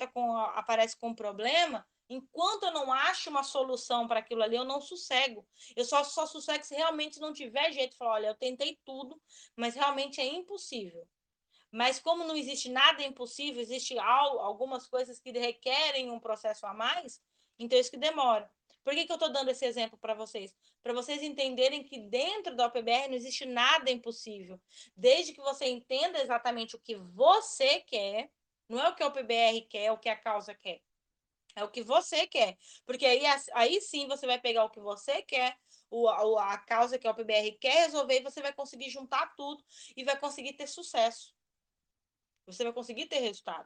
aparece com um problema, enquanto eu não acho uma solução para aquilo ali, eu não sossego. Eu só sossego se realmente não tiver jeito. Falar, olha, eu tentei tudo, mas realmente é impossível. Mas como não existe nada impossível, existe algumas coisas que requerem um processo a mais, então isso que demora. Por que eu estou dando esse exemplo para vocês? Para vocês entenderem que dentro da OPBR não existe nada impossível. Desde que você entenda exatamente o que você quer, não é o que a OPBR quer, é o que a causa quer. É o que você quer. Porque aí sim você vai pegar o que você quer, a causa que a OPBR quer resolver, e você vai conseguir juntar tudo e vai conseguir ter sucesso. Você vai conseguir ter resultado.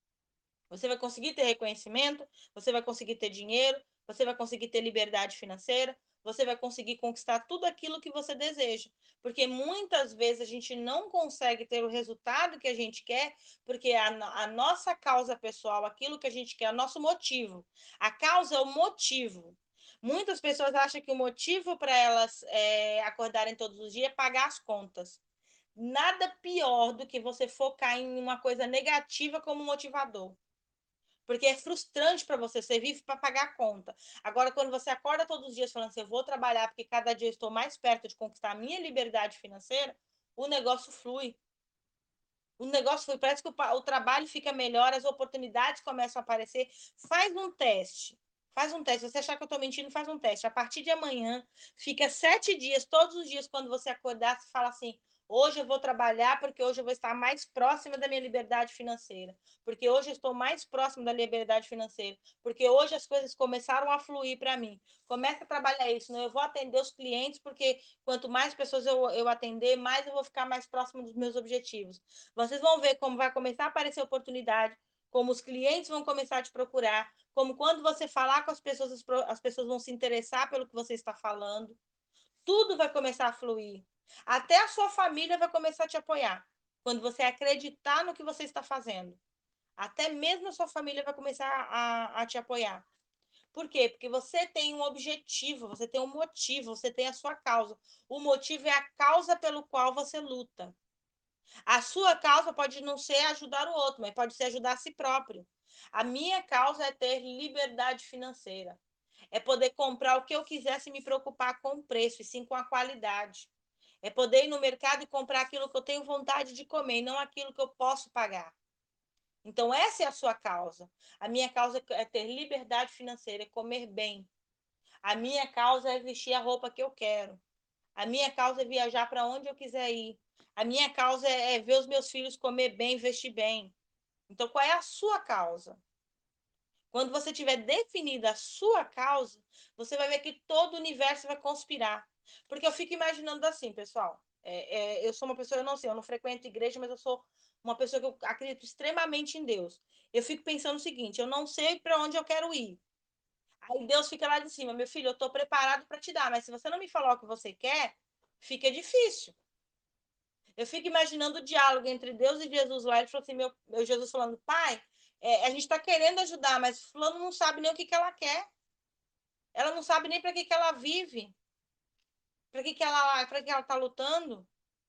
Você vai conseguir ter reconhecimento, você vai conseguir ter dinheiro, você vai conseguir ter liberdade financeira, você vai conseguir conquistar tudo aquilo que você deseja. Porque muitas vezes a gente não consegue ter o resultado que a gente quer, porque a nossa causa pessoal, aquilo que a gente quer, é o nosso motivo. A causa é o motivo. Muitas pessoas acham que o motivo para elas acordarem todos os dias é pagar as contas. Nada pior do que você focar em uma coisa negativa como motivador. Porque é frustrante para você, você vive para pagar a conta. Agora, quando você acorda todos os dias falando assim, eu vou trabalhar porque cada dia eu estou mais perto de conquistar a minha liberdade financeira, o negócio flui. O negócio flui, parece que o trabalho fica melhor, as oportunidades começam a aparecer. Faz um teste. Faz um teste. Se você achar que eu estou mentindo, faz um teste. A partir de amanhã, fica 7 dias, todos os dias, quando você acordar, você fala assim, hoje eu vou trabalhar porque hoje eu vou estar mais próxima da minha liberdade financeira. Porque hoje eu estou mais próximo da liberdade financeira. Porque hoje as coisas começaram a fluir para mim. Começa a trabalhar isso. Né? Eu vou atender os clientes, porque quanto mais pessoas eu atender, mais eu vou ficar mais próximo dos meus objetivos. Vocês vão ver como vai começar a aparecer oportunidade, como os clientes vão começar a te procurar, como quando você falar com as pessoas vão se interessar pelo que você está falando. Tudo vai começar a fluir. Até a sua família vai começar a te apoiar. Quando você acreditar no que você está fazendo. Até mesmo a sua família vai começar a te apoiar. Por quê? Porque você tem um objetivo, você tem um motivo, você tem a sua causa. O motivo é a causa pelo qual você luta. A sua causa pode não ser ajudar o outro, mas pode ser ajudar a si próprio. A minha causa é ter liberdade financeira. É poder comprar o que eu quiser sem me preocupar com o preço, e sim com a qualidade. É poder ir no mercado e comprar aquilo que eu tenho vontade de comer, e não aquilo que eu posso pagar. Então, essa é a sua causa. A minha causa é ter liberdade financeira, é comer bem. A minha causa é vestir a roupa que eu quero. A minha causa é viajar para onde eu quiser ir. A minha causa é ver os meus filhos comer bem, vestir bem. Então, qual é a sua causa? Quando você tiver definida a sua causa, você vai ver que todo o universo vai conspirar. Porque eu fico imaginando assim, pessoal. Eu sou uma pessoa, eu não sei, eu não frequento igreja, mas eu sou uma pessoa que eu acredito extremamente em Deus. Eu fico pensando o seguinte: eu não sei para onde eu quero ir. Aí Deus fica lá de cima, meu filho, eu estou preparado para te dar, mas se você não me falar o que você quer, fica difícil. Eu fico imaginando o diálogo entre Deus e Jesus lá. Ele falou assim: meu Jesus falando, pai, a gente está querendo ajudar, mas fulano não sabe nem o que ela quer. Ela não sabe nem para que ela vive, para que ela está lutando.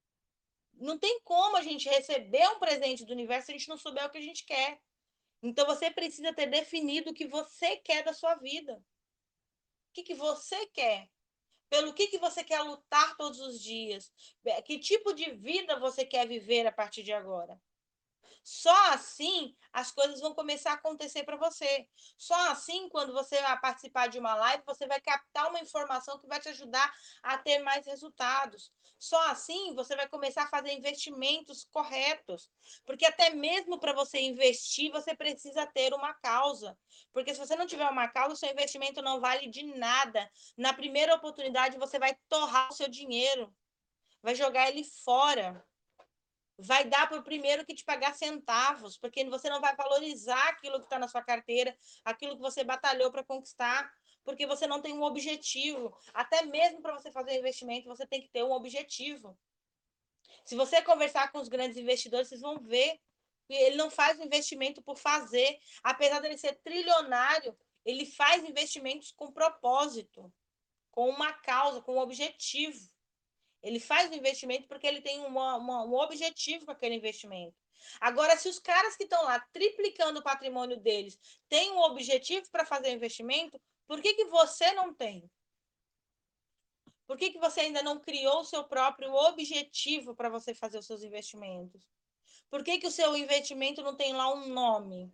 Não tem como a gente receber um presente do universo se a gente não souber o que a gente quer. Então você precisa ter definido o que você quer da sua vida. O que você quer? Pelo que você quer lutar todos os dias? Que tipo de vida você quer viver a partir de agora? Só assim as coisas vão começar a acontecer para você. Só assim, quando você vai participar de uma live, você vai captar uma informação que vai te ajudar a ter mais resultados. Só assim você vai começar a fazer investimentos corretos. Porque até mesmo para você investir, você precisa ter uma causa. Porque se você não tiver uma causa, o seu investimento não vale de nada. Na primeira oportunidade, você vai torrar o seu dinheiro, vai jogar ele fora. Vai dar para o primeiro que te pagar centavos, porque você não vai valorizar aquilo que está na sua carteira, aquilo que você batalhou para conquistar, porque você não tem um objetivo. Até mesmo para você fazer investimento, você tem que ter um objetivo. Se você conversar com os grandes investidores, vocês vão ver que ele não faz investimento por fazer. Apesar de ele ser trilionário, ele faz investimentos com propósito, com uma causa, com um objetivo. Ele faz o investimento porque ele tem um objetivo com aquele investimento. Agora, se os caras que estão lá triplicando o patrimônio deles têm um objetivo para fazer o investimento, por que você não tem? Por que você ainda não criou o seu próprio objetivo para você fazer os seus investimentos? Por que o seu investimento não tem lá um nome?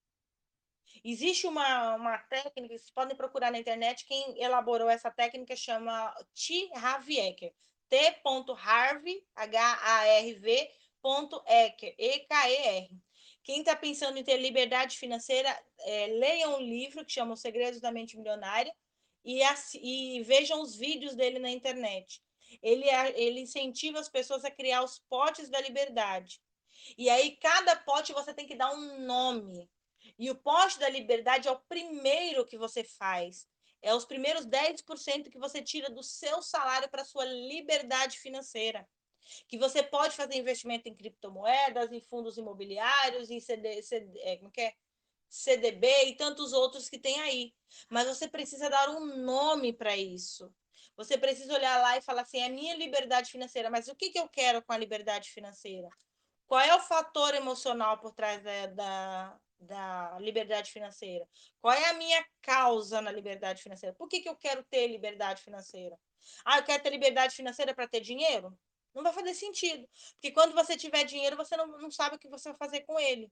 Existe uma técnica, vocês podem procurar na internet, quem elaborou essa técnica chama T. Harv Eker. T.Harv, H-A-R-V, Eker, E-K-E-R. Quem está pensando em ter liberdade financeira, leia um livro que chama Os Segredos da Mente Milionária e vejam os vídeos dele na internet. Ele incentiva as pessoas a criar os potes da liberdade. E aí, cada pote você tem que dar um nome. E o poste da liberdade é o primeiro que você faz. É os primeiros 10% que você tira do seu salário para sua liberdade financeira. Que você pode fazer investimento em criptomoedas, em fundos imobiliários, em como que é? CDB e tantos outros que tem aí. Mas você precisa dar um nome para isso. Você precisa olhar lá e falar assim, é a minha liberdade financeira, mas o que eu quero com a liberdade financeira? Qual é o fator emocional por trás da liberdade financeira? Qual é a minha causa na liberdade financeira? Por que eu quero ter liberdade financeira? Eu quero ter liberdade financeira para ter dinheiro? Não vai fazer sentido. Porque quando você tiver dinheiro, você não sabe o que você vai fazer com ele.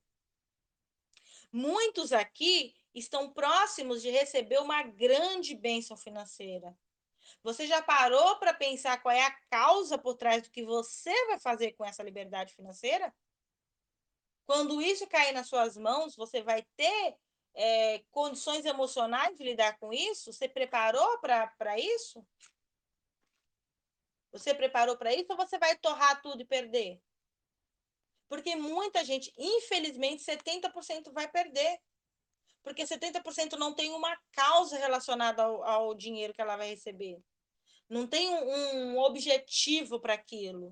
Muitos aqui estão próximos de receber uma grande bênção financeira. Você já parou para pensar qual é a causa por trás do que você vai fazer com essa liberdade financeira? Quando isso cair nas suas mãos, você vai ter condições emocionais de lidar com isso? Você preparou para isso? Você preparou para isso ou você vai torrar tudo e perder? Porque muita gente, infelizmente, 70% vai perder. Porque 70% não tem uma causa relacionada ao dinheiro que ela vai receber. Não tem um objetivo para aquilo.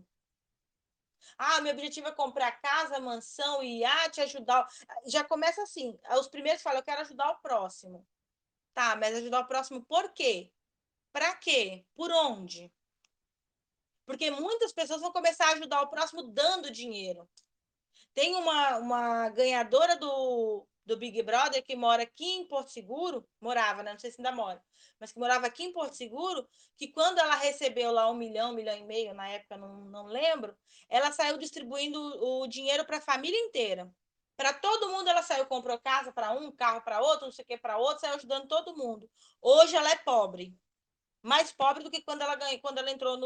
Ah, meu objetivo é comprar casa, mansão, iate, ajudar. Já começa assim. Os primeiros falam, eu quero ajudar o próximo. Tá, mas ajudar o próximo por quê? Para quê? Por onde? Porque muitas pessoas vão começar a ajudar o próximo dando dinheiro. Tem uma ganhadora do Big Brother que mora aqui em Porto Seguro, morava, né? Não sei se ainda mora, mas que morava aqui em Porto Seguro, que quando ela recebeu lá 1 milhão, 1,5 milhão, na época, não lembro, ela saiu distribuindo o dinheiro para a família inteira. Para todo mundo, ela saiu, comprou casa para um, carro para outro, não sei o que para outro, saiu ajudando todo mundo. Hoje ela é pobre, mais pobre do que quando ela entrou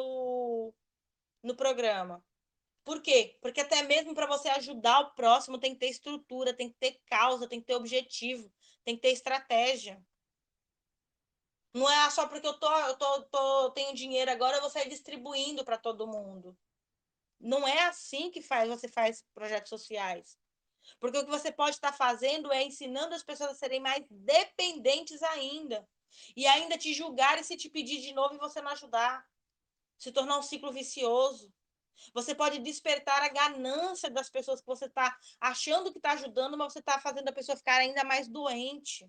no programa. Por quê? Porque até mesmo para você ajudar o próximo tem que ter estrutura, tem que ter causa, tem que ter objetivo, tem que ter estratégia. Não é só porque tenho dinheiro agora, eu vou sair distribuindo para todo mundo. Não é assim que você faz projetos sociais. Porque o que você pode estar fazendo é ensinando as pessoas a serem mais dependentes ainda. E ainda te julgar e se te pedir de novo e você não ajudar. Se tornar um ciclo vicioso. Você pode despertar a ganância das pessoas que você está achando que está ajudando, mas você está fazendo a pessoa ficar ainda mais doente.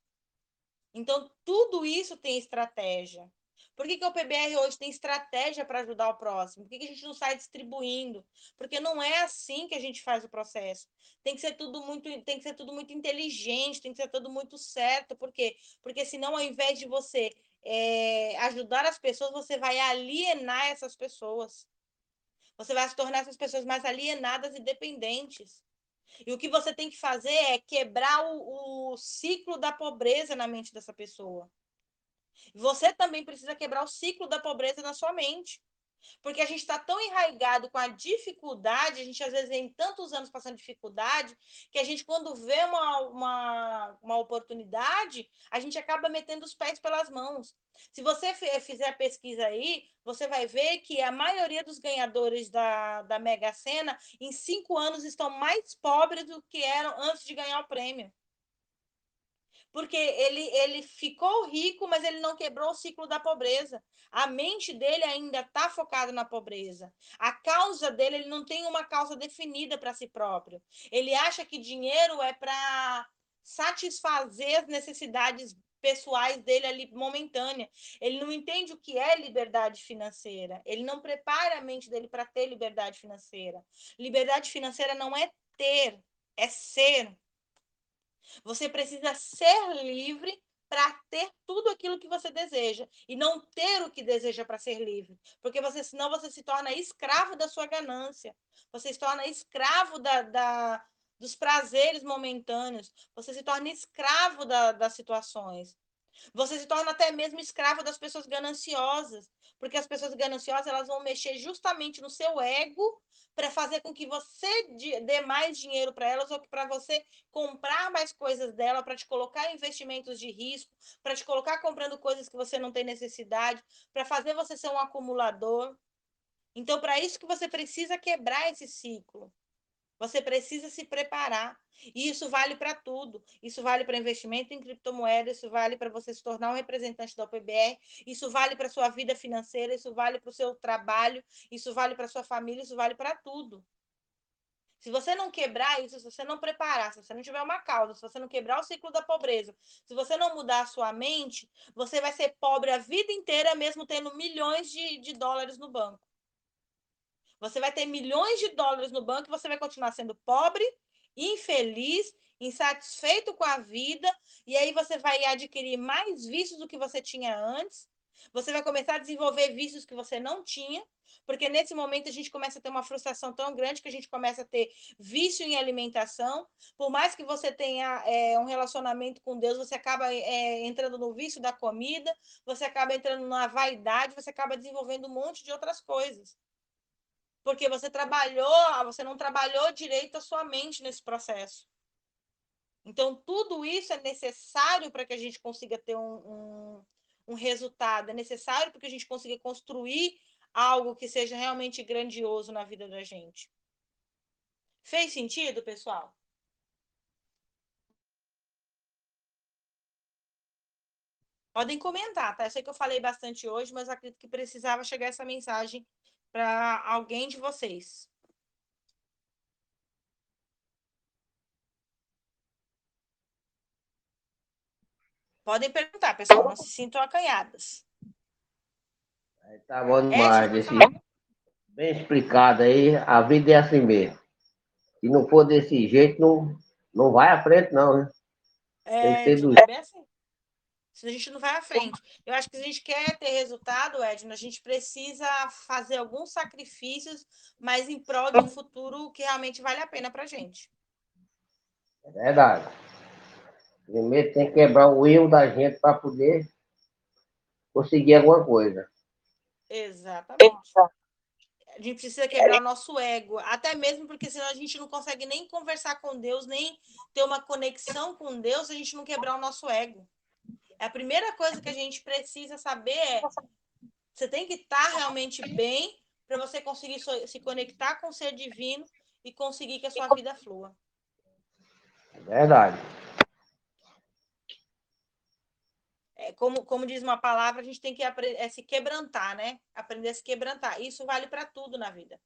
Então, tudo isso tem estratégia. Por que o PBR hoje tem estratégia para ajudar o próximo? Por que a gente não sai distribuindo? Porque não é assim que a gente faz o processo. Tem que ser tudo muito inteligente, tem que ser tudo muito certo. Por quê? Porque senão, ao invés de você ajudar as pessoas, você vai alienar essas pessoas. Você vai se tornar essas pessoas mais alienadas e dependentes. E o que você tem que fazer é quebrar o ciclo da pobreza na mente dessa pessoa. Você também precisa quebrar o ciclo da pobreza na sua mente. Porque a gente está tão enraizado com a dificuldade, a gente às vezes tem tantos anos passando dificuldade, que a gente, quando vê uma oportunidade, a gente acaba metendo os pés pelas mãos. Se você fizer a pesquisa aí, você vai ver que a maioria dos ganhadores da Mega Sena, em 5 anos, estão mais pobres do que eram antes de ganhar o prêmio. Porque ele ficou rico, mas ele não quebrou o ciclo da pobreza. A mente dele ainda está focada na pobreza. A causa dele, ele não tem uma causa definida para si próprio. Ele acha que dinheiro é para satisfazer as necessidades pessoais dele ali momentânea. Ele não entende o que é liberdade financeira. Ele não prepara a mente dele para ter liberdade financeira. Liberdade financeira não é ter, é ser. Você precisa ser livre para ter tudo aquilo que você deseja e não ter o que deseja para ser livre, porque senão você se torna escravo da sua ganância, você se torna escravo dos prazeres momentâneos, você se torna escravo das situações. Você se torna até mesmo escravo das pessoas gananciosas, porque as pessoas gananciosas elas vão mexer justamente no seu ego para fazer com que você dê mais dinheiro para elas ou para você comprar mais coisas dela, para te colocar em investimentos de risco, para te colocar comprando coisas que você não tem necessidade, para fazer você ser um acumulador. Então, para isso que você precisa quebrar esse ciclo. Você precisa se preparar. E isso vale para tudo. Isso vale para investimento em criptomoedas, isso vale para você se tornar um representante da OPBR, isso vale para a sua vida financeira, isso vale para o seu trabalho, isso vale para a sua família, isso vale para tudo. Se você não quebrar isso, se você não preparar, se você não tiver uma causa, se você não quebrar o ciclo da pobreza, se você não mudar a sua mente, você vai ser pobre a vida inteira, mesmo tendo milhões de dólares no banco. Você vai ter milhões de dólares no banco e você vai continuar sendo pobre, infeliz, insatisfeito com a vida, e aí você vai adquirir mais vícios do que você tinha antes. Você vai começar a desenvolver vícios que você não tinha, porque nesse momento a gente começa a ter uma frustração tão grande que a gente começa a ter vício em alimentação. Por mais que você tenha um relacionamento com Deus, você acaba entrando no vício da comida, você acaba entrando na vaidade, você acaba desenvolvendo um monte de outras coisas. Porque você não trabalhou direito a sua mente nesse processo. Então, tudo isso é necessário para que a gente consiga ter um resultado, é necessário para que a gente consiga construir algo que seja realmente grandioso na vida da gente. Fez sentido, pessoal? Podem comentar, tá? Eu sei que eu falei bastante hoje, mas acredito que precisava chegar essa mensagem para alguém de vocês. Podem perguntar, pessoal, não se sintam acanhadas. Tá bom Edna, demais, pode falar. bem explicado aí. A vida é assim mesmo. Se não for desse jeito, não vai à frente, não, né? Tem que ser do Edna, é bem assim. Senão a gente não vai à frente. Eu acho que se a gente quer ter resultado, Edna, a gente precisa fazer alguns sacrifícios, mas em prol de um futuro que realmente vale a pena para a gente. É verdade. Primeiro tem que quebrar o erro da gente para poder conseguir alguma coisa. Exatamente. A gente precisa quebrar o nosso ego, até mesmo porque senão a gente não consegue nem conversar com Deus, nem ter uma conexão com Deus se a gente não quebrar o nosso ego. A primeira coisa que a gente precisa saber é: você tem que estar realmente bem para você conseguir se conectar com o ser divino e conseguir que a sua vida flua. É verdade. Como diz uma palavra, a gente tem que se quebrantar, né? Aprender a se quebrantar. Isso vale para tudo na vida.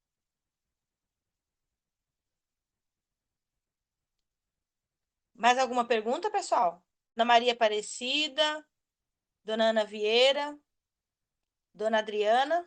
Mais alguma pergunta, pessoal? Ana Maria Aparecida, Dona Ana Vieira, Dona Adriana.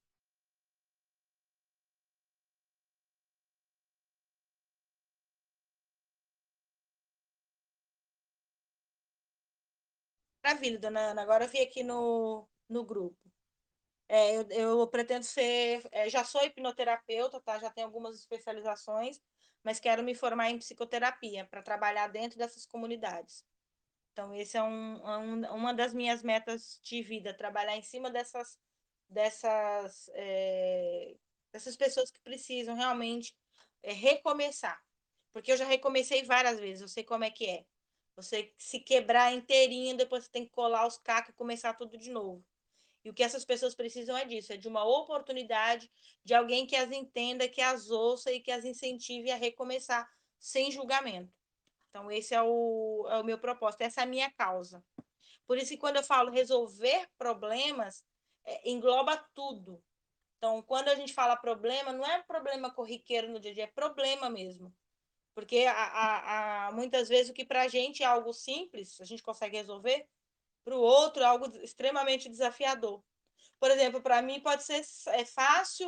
Maravilha, Dona Ana. Agora eu vi aqui no grupo. Eu pretendo ser, já sou hipnoterapeuta, tá? Já tenho algumas especializações, mas quero me formar em psicoterapia para trabalhar dentro dessas comunidades. Então, esse é uma das minhas metas de vida, trabalhar em cima dessas, dessas pessoas que precisam realmente recomeçar. Porque eu já recomecei várias vezes, eu sei como é que é. Você se quebrar inteirinho, depois você tem que colar os cacos e começar tudo de novo. E o que essas pessoas precisam é disso, é de uma oportunidade, de alguém que as entenda, que as ouça e que as incentive a recomeçar sem julgamento. Então, esse é o meu propósito, essa é a minha causa. Por isso que quando eu falo resolver problemas, engloba tudo. Então, quando a gente fala problema, não é problema corriqueiro no dia a dia, é problema mesmo. Porque muitas vezes o que para a gente é algo simples, a gente consegue resolver, para o outro é algo extremamente desafiador. Por exemplo, para mim pode ser fácil,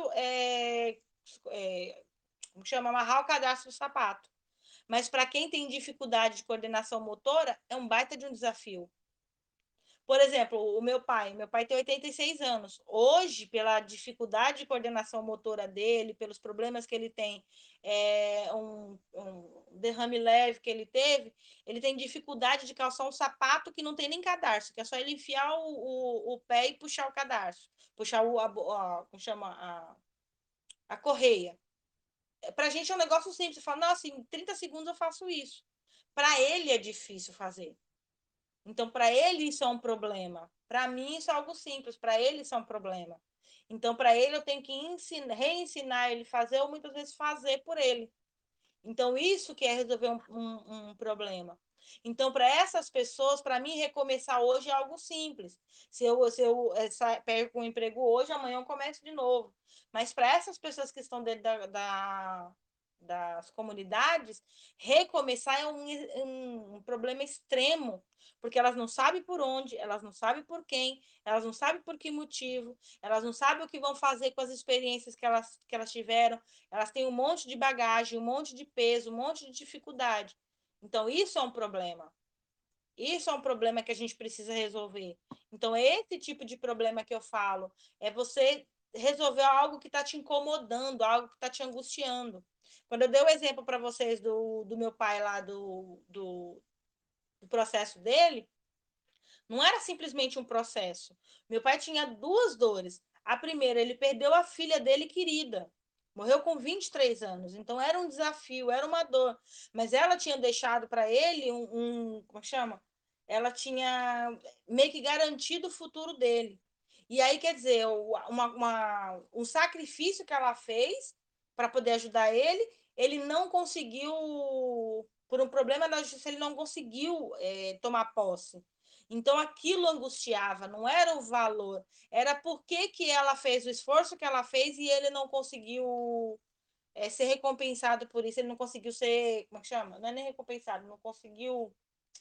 como chama, amarrar o cadastro do sapato. Mas para quem tem dificuldade de coordenação motora, é um baita de um desafio. Por exemplo, meu pai tem 86 anos. Hoje, pela dificuldade de coordenação motora dele, pelos problemas que ele tem, um derrame leve que ele teve, ele tem dificuldade de calçar um sapato que não tem nem cadarço, que é só ele enfiar o pé e puxar o cadarço, puxar como chama, a correia. Para a gente é um negócio simples, você fala, nossa, em 30 segundos eu faço isso. Para ele é difícil fazer. Então, para ele, isso é um problema. Para mim, isso é algo simples. Para ele, isso é um problema. Então, para ele, eu tenho que reensinar ele a fazer ou muitas vezes fazer por ele. Então, isso que é resolver um problema. Então, para essas pessoas, para mim, recomeçar hoje é algo simples. Se eu perco um emprego hoje, amanhã eu começo de novo. Mas para essas pessoas que estão dentro das comunidades, recomeçar é um problema extremo, porque elas não sabem por onde, elas não sabem por quem, elas não sabem por que motivo, elas não sabem o que vão fazer com as experiências que elas tiveram, elas têm um monte de bagagem, um monte de peso, um monte de dificuldade. Então, isso é um problema. Isso é um problema que a gente precisa resolver. Então, esse tipo de problema que eu falo é você resolver algo que está te incomodando, algo que está te angustiando. Quando eu dei o exemplo para vocês do meu pai lá, do processo dele, não era simplesmente um processo. Meu pai tinha duas dores. A primeira, ele perdeu a filha dele querida. Morreu com 23 anos. Então, era um desafio, era uma dor. Mas ela tinha deixado para ele como chama? Ela tinha meio que garantido o futuro dele. E aí, quer dizer, um sacrifício que ela fez para poder ajudar ele, ele não conseguiu, por um problema na justiça, ele não conseguiu tomar posse. Então, aquilo angustiava, não era o valor, era por que ela fez o esforço que ela fez e ele não conseguiu ser recompensado por isso, ele não conseguiu ser, como é que chama? Não é nem recompensado, não conseguiu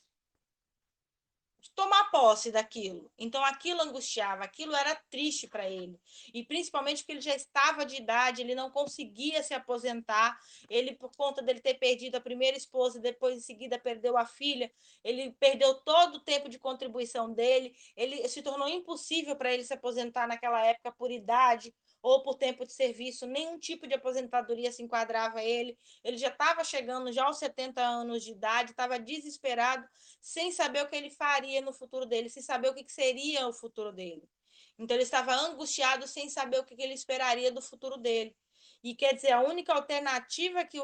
tomar posse daquilo. Então aquilo angustiava, aquilo era triste para ele. E principalmente porque ele já estava de idade, ele não conseguia se aposentar. Ele, por conta dele ter perdido a primeira esposa, depois em seguida perdeu a filha, ele perdeu todo o tempo de contribuição dele. Ele se tornou impossível para ele se aposentar naquela época por idade ou por tempo de serviço, nenhum tipo de aposentadoria se enquadrava a ele. Ele já estava chegando já aos 70 anos de idade, estava desesperado, sem saber o que ele faria no futuro dele, sem saber o que seria o futuro dele. Então, ele estava angustiado sem saber o que ele esperaria do futuro dele. E quer dizer, a única alternativa que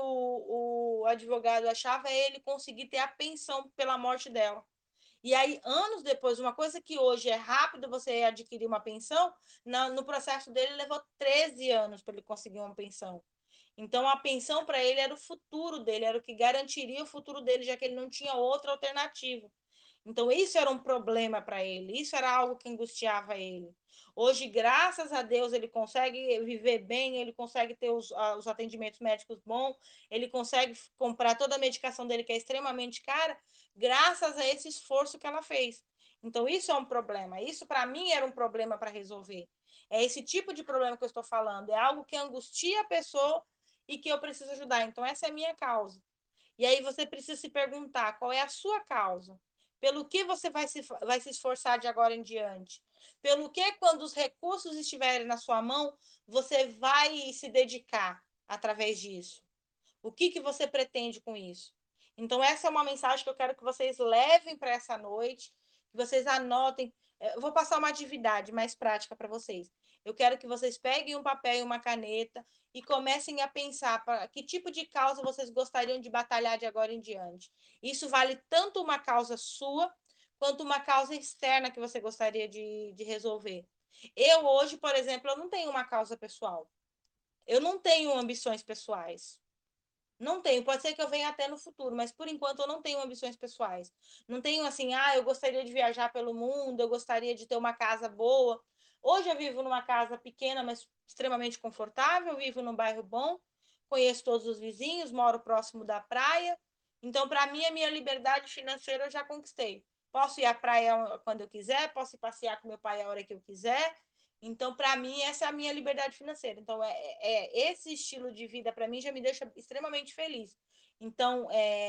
o advogado achava é ele conseguir ter a pensão pela morte dela. E aí, anos depois, uma coisa que hoje é rápido você adquirir uma pensão, no processo dele levou 13 anos para ele conseguir uma pensão. Então, a pensão para ele era o futuro dele, era o que garantiria o futuro dele, já que ele não tinha outra alternativa. Então, isso era um problema para ele, isso era algo que angustiava ele. Hoje, graças a Deus, ele consegue viver bem, ele consegue ter os atendimentos médicos bons, ele consegue comprar toda a medicação dele, que é extremamente cara, graças a esse esforço que ela fez. Então, isso é um problema. Isso, para mim, era um problema para resolver. É esse tipo de problema que eu estou falando. É algo que angustia a pessoa e que eu preciso ajudar. Então, essa é a minha causa. E aí você precisa se perguntar qual é a sua causa. Pelo que você vai se esforçar de agora em diante? Pelo que, quando os recursos estiverem na sua mão, você vai se dedicar através disso? O que você pretende com isso? Então, essa é uma mensagem que eu quero que vocês levem para essa noite, que vocês anotem. Eu vou passar uma atividade mais prática para vocês. Eu quero que vocês peguem um papel e uma caneta e comecem a pensar para que tipo de causa vocês gostariam de batalhar de agora em diante. Isso vale tanto uma causa sua, quanto uma causa externa que você gostaria de resolver. Eu, hoje, por exemplo, eu não tenho uma causa pessoal. Eu não tenho ambições pessoais. Não tenho, pode ser que eu venha até no futuro, mas por enquanto eu não tenho ambições pessoais. Não tenho assim, eu gostaria de viajar pelo mundo, eu gostaria de ter uma casa boa. Hoje eu vivo numa casa pequena, mas extremamente confortável, vivo num bairro bom, conheço todos os vizinhos, moro próximo da praia. Então, para mim, a minha liberdade financeira eu já conquistei. Posso ir à praia quando eu quiser, posso ir passear com meu pai a hora que eu quiser. Então, para mim, essa é a minha liberdade financeira. Então, esse estilo de vida, para mim, já me deixa extremamente feliz. Então,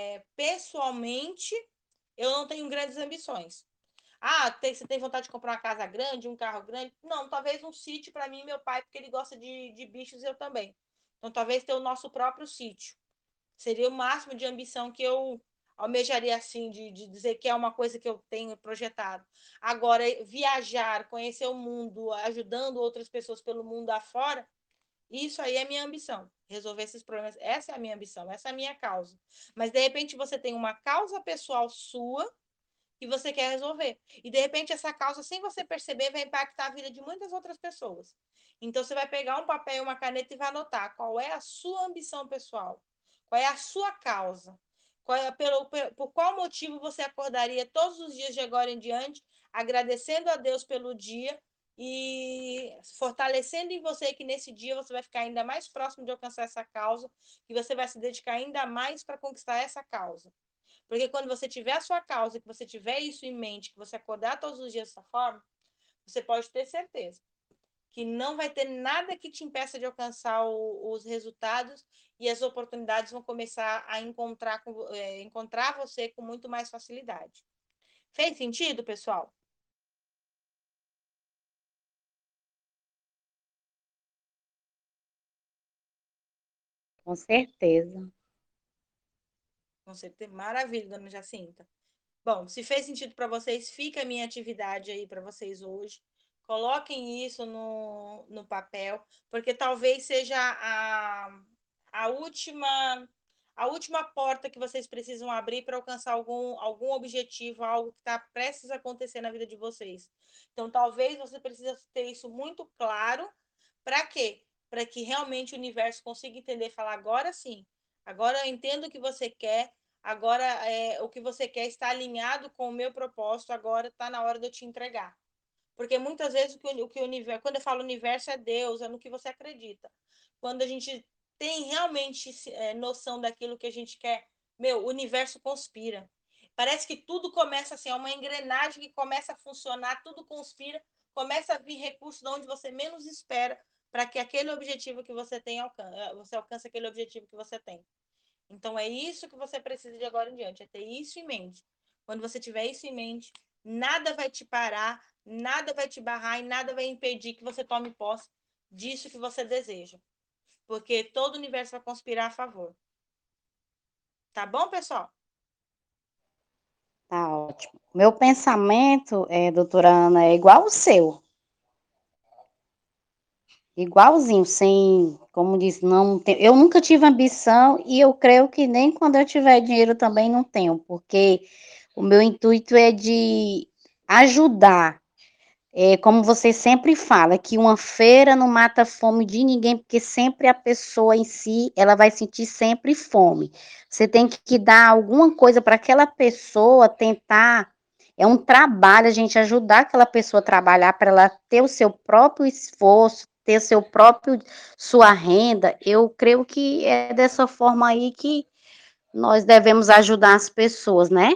pessoalmente, eu não tenho grandes ambições. Você tem vontade de comprar uma casa grande, um carro grande? Não, talvez um sítio para mim e meu pai, porque ele gosta de bichos e eu também. Então, talvez ter o nosso próprio sítio. Seria o máximo de ambição que eu almejaria, assim, de dizer que é uma coisa que eu tenho projetado. Agora, viajar, conhecer o mundo, ajudando outras pessoas pelo mundo afora, isso aí é minha ambição. Resolver esses problemas, essa é a minha ambição, essa é a minha causa. Mas, de repente, você tem uma causa pessoal sua que você quer resolver. E, de repente, essa causa, sem você perceber, vai impactar a vida de muitas outras pessoas. Então, você vai pegar um papel e uma caneta e vai anotar qual é a sua ambição pessoal, qual é a sua causa, por qual motivo você acordaria todos os dias de agora em diante, agradecendo a Deus pelo dia e fortalecendo em você que nesse dia você vai ficar ainda mais próximo de alcançar essa causa, que você vai se dedicar ainda mais para conquistar essa causa. Porque quando você tiver a sua causa, que você tiver isso em mente, que você acordar todos os dias dessa forma, você pode ter certeza que não vai ter nada que te impeça de alcançar os resultados e as oportunidades vão começar a encontrar você com muito mais facilidade. Fez sentido, pessoal? Com certeza. Com certeza. Maravilha, dona Jacinta. Bom, se fez sentido para vocês, fica a minha atividade aí para vocês hoje. Coloquem isso no papel, porque talvez seja a última a última porta que vocês precisam abrir para alcançar algum objetivo, algo que está prestes a acontecer na vida de vocês. Então, talvez você precise ter isso muito claro. Para quê? Para que realmente o universo consiga entender e falar, agora sim, Agora eu entendo o que você quer, agora o que você quer está alinhado com o meu propósito, agora está na hora de eu te entregar. Porque muitas vezes o que o universo, quando eu falo universo é Deus, é no que você acredita. Quando a gente tem realmente noção daquilo que a gente quer, meu, o universo conspira. Parece que tudo começa assim, é uma engrenagem que começa a funcionar, tudo conspira, começa a vir recurso de onde você menos espera para que aquele objetivo que você tem você alcance aquele objetivo que você tem. Então é isso que você precisa de agora em diante, é ter isso em mente. Quando você tiver isso em mente, nada vai te parar, nada vai te barrar e nada vai impedir que você tome posse disso que você deseja. Porque todo o universo vai conspirar a favor. Tá bom, pessoal? Tá ótimo. Meu pensamento, doutora Ana, é igual o seu. Igualzinho, sem, como disse, não tem, eu nunca tive ambição e eu creio que nem quando eu tiver dinheiro também não tenho, porque o meu intuito é de ajudar. Como você sempre fala, que uma feira não mata a fome de ninguém, porque sempre a pessoa em si, ela vai sentir sempre fome. Você tem que dar alguma coisa para aquela pessoa tentar. É um trabalho a gente ajudar aquela pessoa a trabalhar para ela ter o seu próprio esforço, ter seu próprio sua renda. Eu creio que é dessa forma aí que nós devemos ajudar as pessoas, né?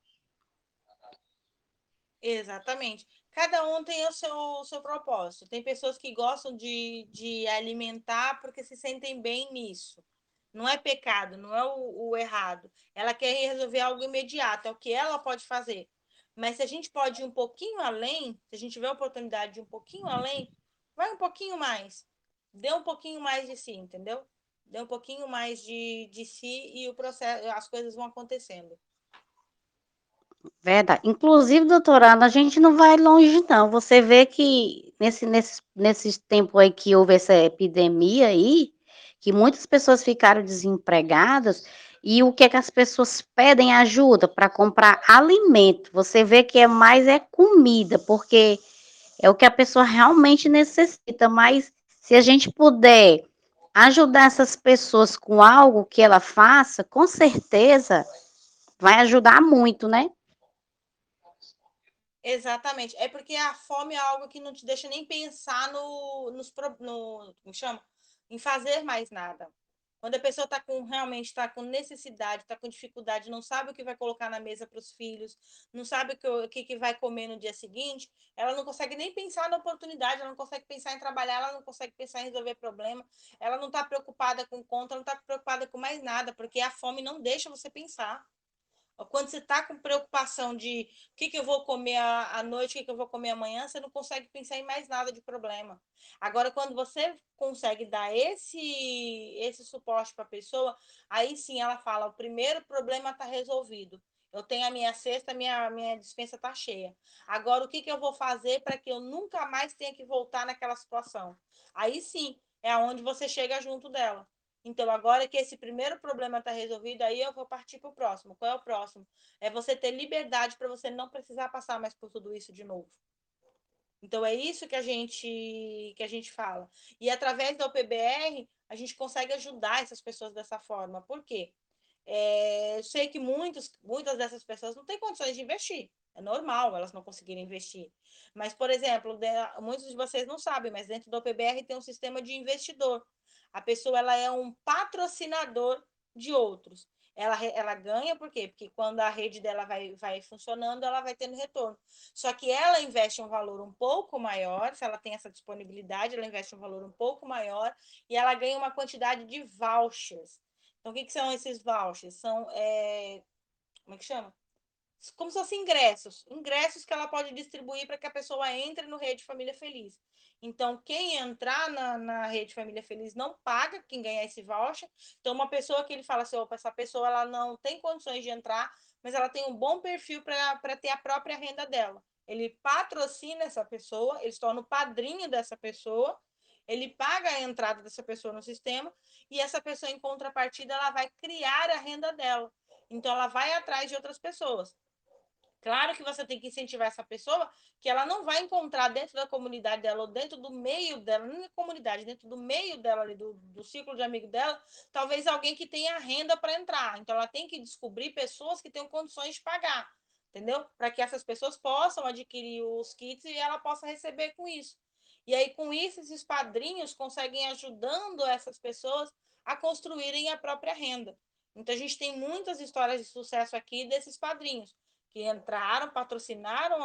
Exatamente. Cada um tem o seu propósito. Tem pessoas que gostam de alimentar porque se sentem bem nisso. Não é pecado, não é o errado. Ela quer resolver algo imediato, é o que ela pode fazer. Mas se a gente pode ir um pouquinho além, se a gente tiver a oportunidade de ir um pouquinho além, vai um pouquinho mais. Dê um pouquinho mais de si, entendeu? Dê um pouquinho mais de si e o processo, as coisas vão acontecendo. Verdade. Inclusive, doutora Ana, a gente não vai longe, não. Você vê que nesse tempo aí que houve essa epidemia aí, que muitas pessoas ficaram desempregadas, e o que é que as pessoas pedem ajuda para comprar alimento? Você vê que é mais comida, porque é o que a pessoa realmente necessita. Mas se a gente puder ajudar essas pessoas com algo que ela faça, com certeza vai ajudar muito, né? Exatamente. É porque a fome é algo que não te deixa nem pensar como chama? Em fazer mais nada. Quando a pessoa realmente está com necessidade, está com dificuldade, não sabe o que vai colocar na mesa para os filhos, não sabe o que vai comer no dia seguinte, ela não consegue nem pensar na oportunidade, ela não consegue pensar em trabalhar, ela não consegue pensar em resolver problema, ela não está preocupada com conta, ela não está preocupada com mais nada, porque a fome não deixa você pensar. Quando você está com preocupação de o que eu vou comer à noite, o que eu vou comer amanhã, você não consegue pensar em mais nada de problema. Agora, quando você consegue dar esse suporte para a pessoa, aí sim ela fala: o primeiro problema está resolvido. Eu tenho a minha cesta, minha despensa está cheia. Agora, o que eu vou fazer para que eu nunca mais tenha que voltar naquela situação? Aí sim é aonde você chega junto dela. Então, agora que esse primeiro problema está resolvido, aí eu vou partir para o próximo. Qual é o próximo? É você ter liberdade para você não precisar passar mais por tudo isso de novo. Então, é isso que a gente fala. E através da OPBR, a gente consegue ajudar essas pessoas dessa forma. Por quê? Eu sei que muitas dessas pessoas não têm condições de investir. É normal elas não conseguirem investir. Mas, por exemplo, muitos de vocês não sabem, mas dentro do OPBR tem um sistema de investidor. A pessoa ela é um patrocinador de outros. Ela ganha por quê? Porque quando a rede dela vai funcionando, ela vai tendo retorno. Só que ela investe um valor um pouco maior, se ela tem essa disponibilidade, ela investe um valor um pouco maior e ela ganha uma quantidade de vouchers. Então, o que são esses vouchers? Como é que chama? Como se fossem ingressos que ela pode distribuir para que a pessoa entre no Rede Família Feliz. Então, quem entrar na Rede Família Feliz não paga quem ganhar esse voucher. Então, uma pessoa que ele fala assim, opa, essa pessoa ela não tem condições de entrar, mas ela tem um bom perfil para ter a própria renda dela. Ele patrocina essa pessoa, ele se torna o padrinho dessa pessoa, ele paga a entrada dessa pessoa no sistema e essa pessoa, em contrapartida, ela vai criar a renda dela. Então, ela vai atrás de outras pessoas. Claro que você tem que incentivar essa pessoa, que ela não vai encontrar dentro da comunidade dela, ou dentro do meio dela, não é comunidade, dentro do meio dela, ali, do círculo de amigo dela, talvez alguém que tenha renda para entrar. Então, ela tem que descobrir pessoas que tenham condições de pagar, entendeu? Para que essas pessoas possam adquirir os kits e ela possa receber com isso. E aí, com isso, esses padrinhos conseguem ajudando essas pessoas a construírem a própria renda. Então, a gente tem muitas histórias de sucesso aqui desses padrinhos que entraram, patrocinaram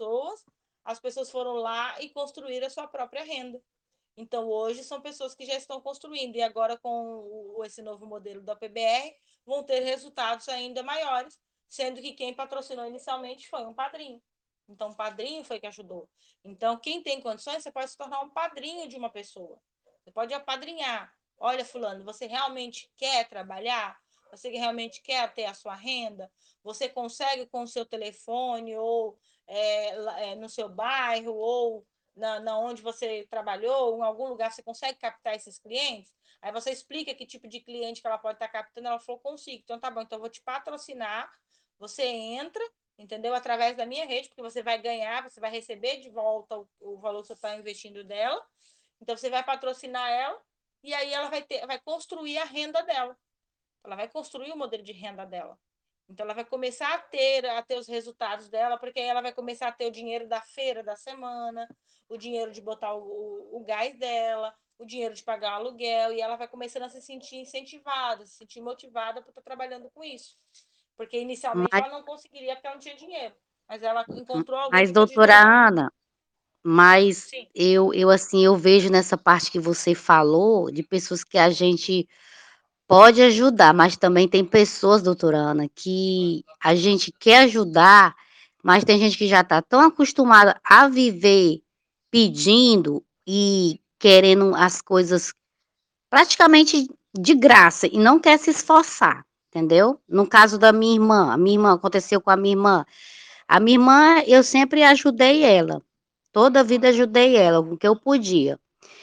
as pessoas foram lá e construíram a sua própria renda. Então, hoje são pessoas que já estão construindo, e agora com esse novo modelo da PBR, vão ter resultados ainda maiores, sendo que quem patrocinou inicialmente foi um padrinho. Então, o padrinho foi que ajudou. Então, quem tem condições, você pode se tornar um padrinho de uma pessoa. Você pode apadrinhar. Olha, fulano, você realmente quer trabalhar? Você realmente quer ter a sua renda? Você consegue com o seu telefone ou no seu bairro ou na onde você trabalhou, em algum lugar você consegue captar esses clientes? Aí você explica que tipo de cliente que ela pode estar captando, ela falou, consigo. Então tá bom, então eu vou te patrocinar, você entra, entendeu? Através da minha rede, porque você vai ganhar, você vai receber de volta o valor que você está investindo dela. Então você vai patrocinar ela e aí ela vai construir a renda dela. Ela vai construir o modelo de renda dela. Então, ela vai começar a ter os resultados dela, porque aí ela vai começar a ter o dinheiro da feira da semana, o dinheiro de botar o gás dela, o dinheiro de pagar o aluguel, e ela vai começando a se sentir incentivada, se sentir motivada para estar trabalhando com isso. Porque inicialmente Mas, ela não conseguiria, porque ela não tinha dinheiro. Mas ela encontrou alguém mas que acreditou doutora nela. Ana, mas Sim. eu assim, eu vejo nessa parte que você falou de pessoas que a gente pode ajudar, mas também tem pessoas, doutora Ana, que a gente quer ajudar, mas tem gente que já está tão acostumada a viver pedindo e querendo as coisas praticamente de graça e não quer se esforçar, entendeu? No caso da minha irmã, a minha irmã aconteceu com a minha irmã. A minha irmã, eu sempre ajudei ela. Toda a vida ajudei ela com o que eu podia.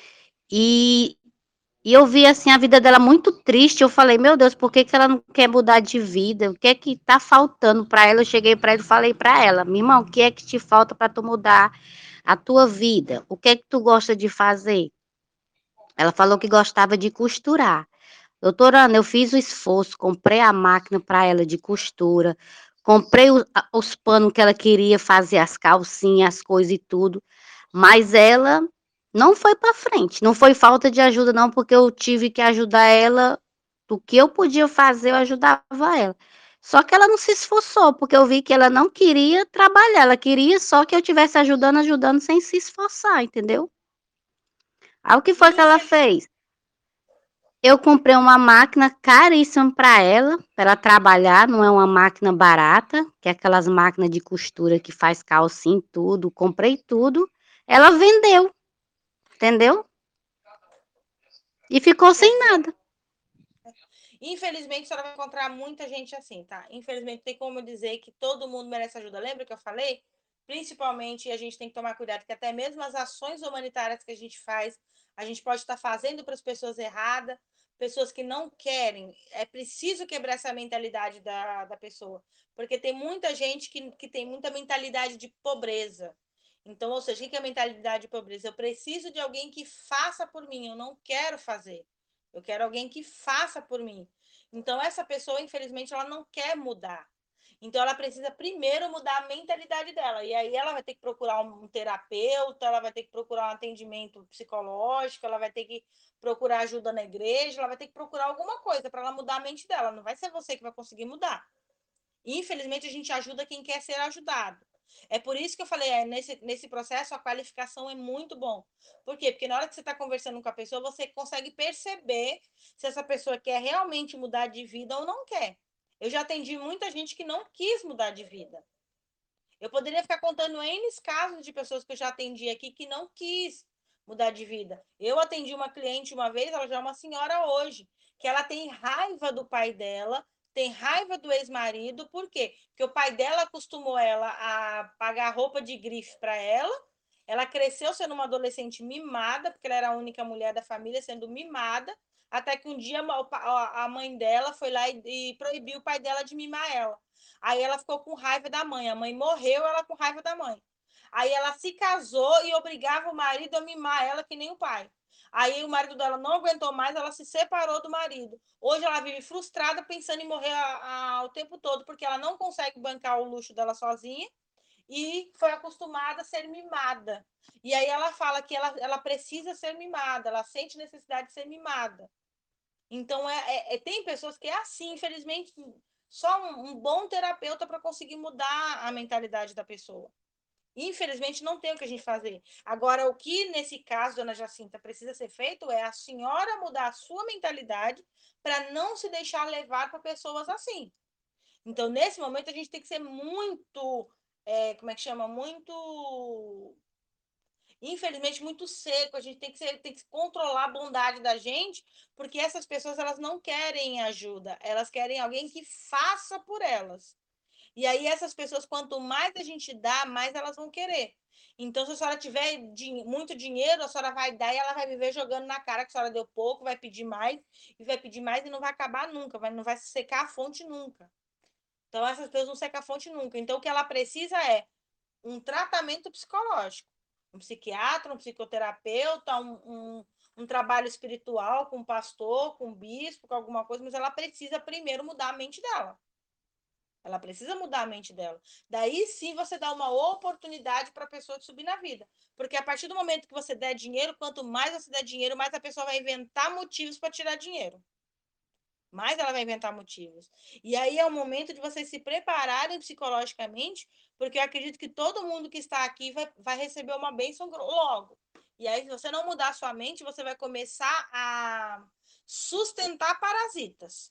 E e eu vi, assim, a vida dela muito triste, eu falei: "Meu Deus, por que que ela não quer mudar de vida? O que é que tá faltando para ela?" Eu cheguei para ela e falei para ela: "Minha irmã, o que é que te falta para tu mudar a tua vida? O que é que tu gosta de fazer?" Ela falou que gostava de costurar. Doutora Ana, eu fiz o esforço, comprei a máquina para ela de costura, comprei os panos que ela queria fazer, as calcinhas, as coisas e tudo, mas ela não foi para frente. Não foi falta de ajuda, não, porque eu tive que ajudar ela. Do que eu podia fazer, eu ajudava ela. Só que ela não se esforçou, porque eu vi que ela não queria trabalhar, ela queria só que eu estivesse ajudando, ajudando, sem se esforçar, entendeu? Aí o que foi que ela Infeliz... fez? Eu comprei uma máquina caríssima para ela trabalhar, não é uma máquina barata, que é aquelas máquinas de costura que faz calcinha e tudo, comprei tudo, ela vendeu, entendeu? E ficou sem Quer dizer, nada. infelizmente, a senhora vai encontrar muita gente assim, tá? Infelizmente, tem como dizer que todo mundo merece ajuda. Lembra que eu falei? Principalmente, a gente tem que tomar cuidado, que até mesmo as ações humanitárias que a gente faz, a gente pode estar fazendo para as pessoas erradas, pessoas que não querem. É preciso quebrar essa mentalidade da pessoa, porque tem muita gente que tem muita mentalidade de pobreza. Então, ou seja, o que é a mentalidade de pobreza? Eu preciso de alguém que faça por mim, eu não quero fazer. Eu quero alguém que faça por mim. Então, essa pessoa, infelizmente, ela não quer mudar. Então, ela precisa primeiro mudar a mentalidade dela. E aí, ela vai ter que procurar um terapeuta, ela vai ter que procurar um atendimento psicológico, ela vai ter que procurar ajuda na igreja, ela vai ter que procurar alguma coisa para ela mudar a mente dela. Não vai ser você que vai conseguir mudar. Infelizmente, a gente ajuda quem quer ser ajudado. É por isso que eu falei, nesse processo a qualificação é muito bom. Por quê? Porque na hora que você está conversando com a pessoa, você consegue perceber se essa pessoa quer realmente mudar de vida ou não quer. Eu já atendi muita gente que não quis mudar de vida. Eu poderia ficar contando N casos de pessoas que eu já atendi aqui que não quis mudar de vida. Eu atendi uma cliente uma vez, ela já é uma senhora hoje, que ela tem raiva do pai dela, tem raiva do ex-marido, por quê? Porque o pai dela acostumou ela a pagar roupa de grife para ela, Ela cresceu sendo uma adolescente mimada, porque ela era a única mulher da família sendo mimada, até que um dia a mãe dela foi lá e proibiu o pai dela de mimar ela. Aí ela ficou com raiva da mãe. A mãe morreu, ela com raiva da mãe. Aí ela se casou e obrigava o marido a mimar ela que nem o pai. Aí o marido dela não aguentou mais, ela se separou do marido. Hoje ela vive frustrada, pensando em morrer o tempo todo, porque ela não consegue bancar o luxo dela sozinha e foi acostumada a ser mimada. E aí ela fala que ela precisa ser mimada, ela sente necessidade de ser mimada. Então, tem pessoas que é assim, infelizmente, só um bom terapeuta para conseguir mudar a mentalidade da pessoa. Infelizmente, não tem o que a gente fazer. Agora, o que, nesse caso, dona Jacinta, precisa ser feito é a senhora mudar a sua mentalidade para não se deixar levar por pessoas assim. Então, nesse momento, a gente tem que ser muito, como é que chama? Infelizmente, muito seco. A gente tem que controlar a bondade da gente, porque essas pessoas, elas não querem ajuda. Elas querem alguém que faça por elas. E aí, essas pessoas, quanto mais a gente dá, mais elas vão querer. Então, se a senhora tiver muito dinheiro, a senhora vai dar e ela vai viver jogando na cara que a senhora deu pouco, vai pedir mais, e vai pedir mais e não vai acabar nunca, não vai secar a fonte nunca. Então, essas pessoas não secam a fonte nunca. Então, o que ela precisa é um tratamento psicológico. Um psiquiatra, um psicoterapeuta, um trabalho espiritual com um pastor, com um bispo, com alguma coisa, mas ela precisa primeiro mudar a mente dela. Ela precisa mudar a mente dela. Daí sim você dá uma oportunidade para a pessoa de subir na vida. Porque a partir do momento que você der dinheiro, quanto mais você der dinheiro, mais a pessoa vai inventar motivos para tirar dinheiro. Mais ela vai inventar motivos. E aí é o momento de vocês se prepararem psicologicamente, porque eu acredito que todo mundo que está aqui vai receber uma bênção logo. E aí, se você não mudar a sua mente, você vai começar a sustentar parasitas.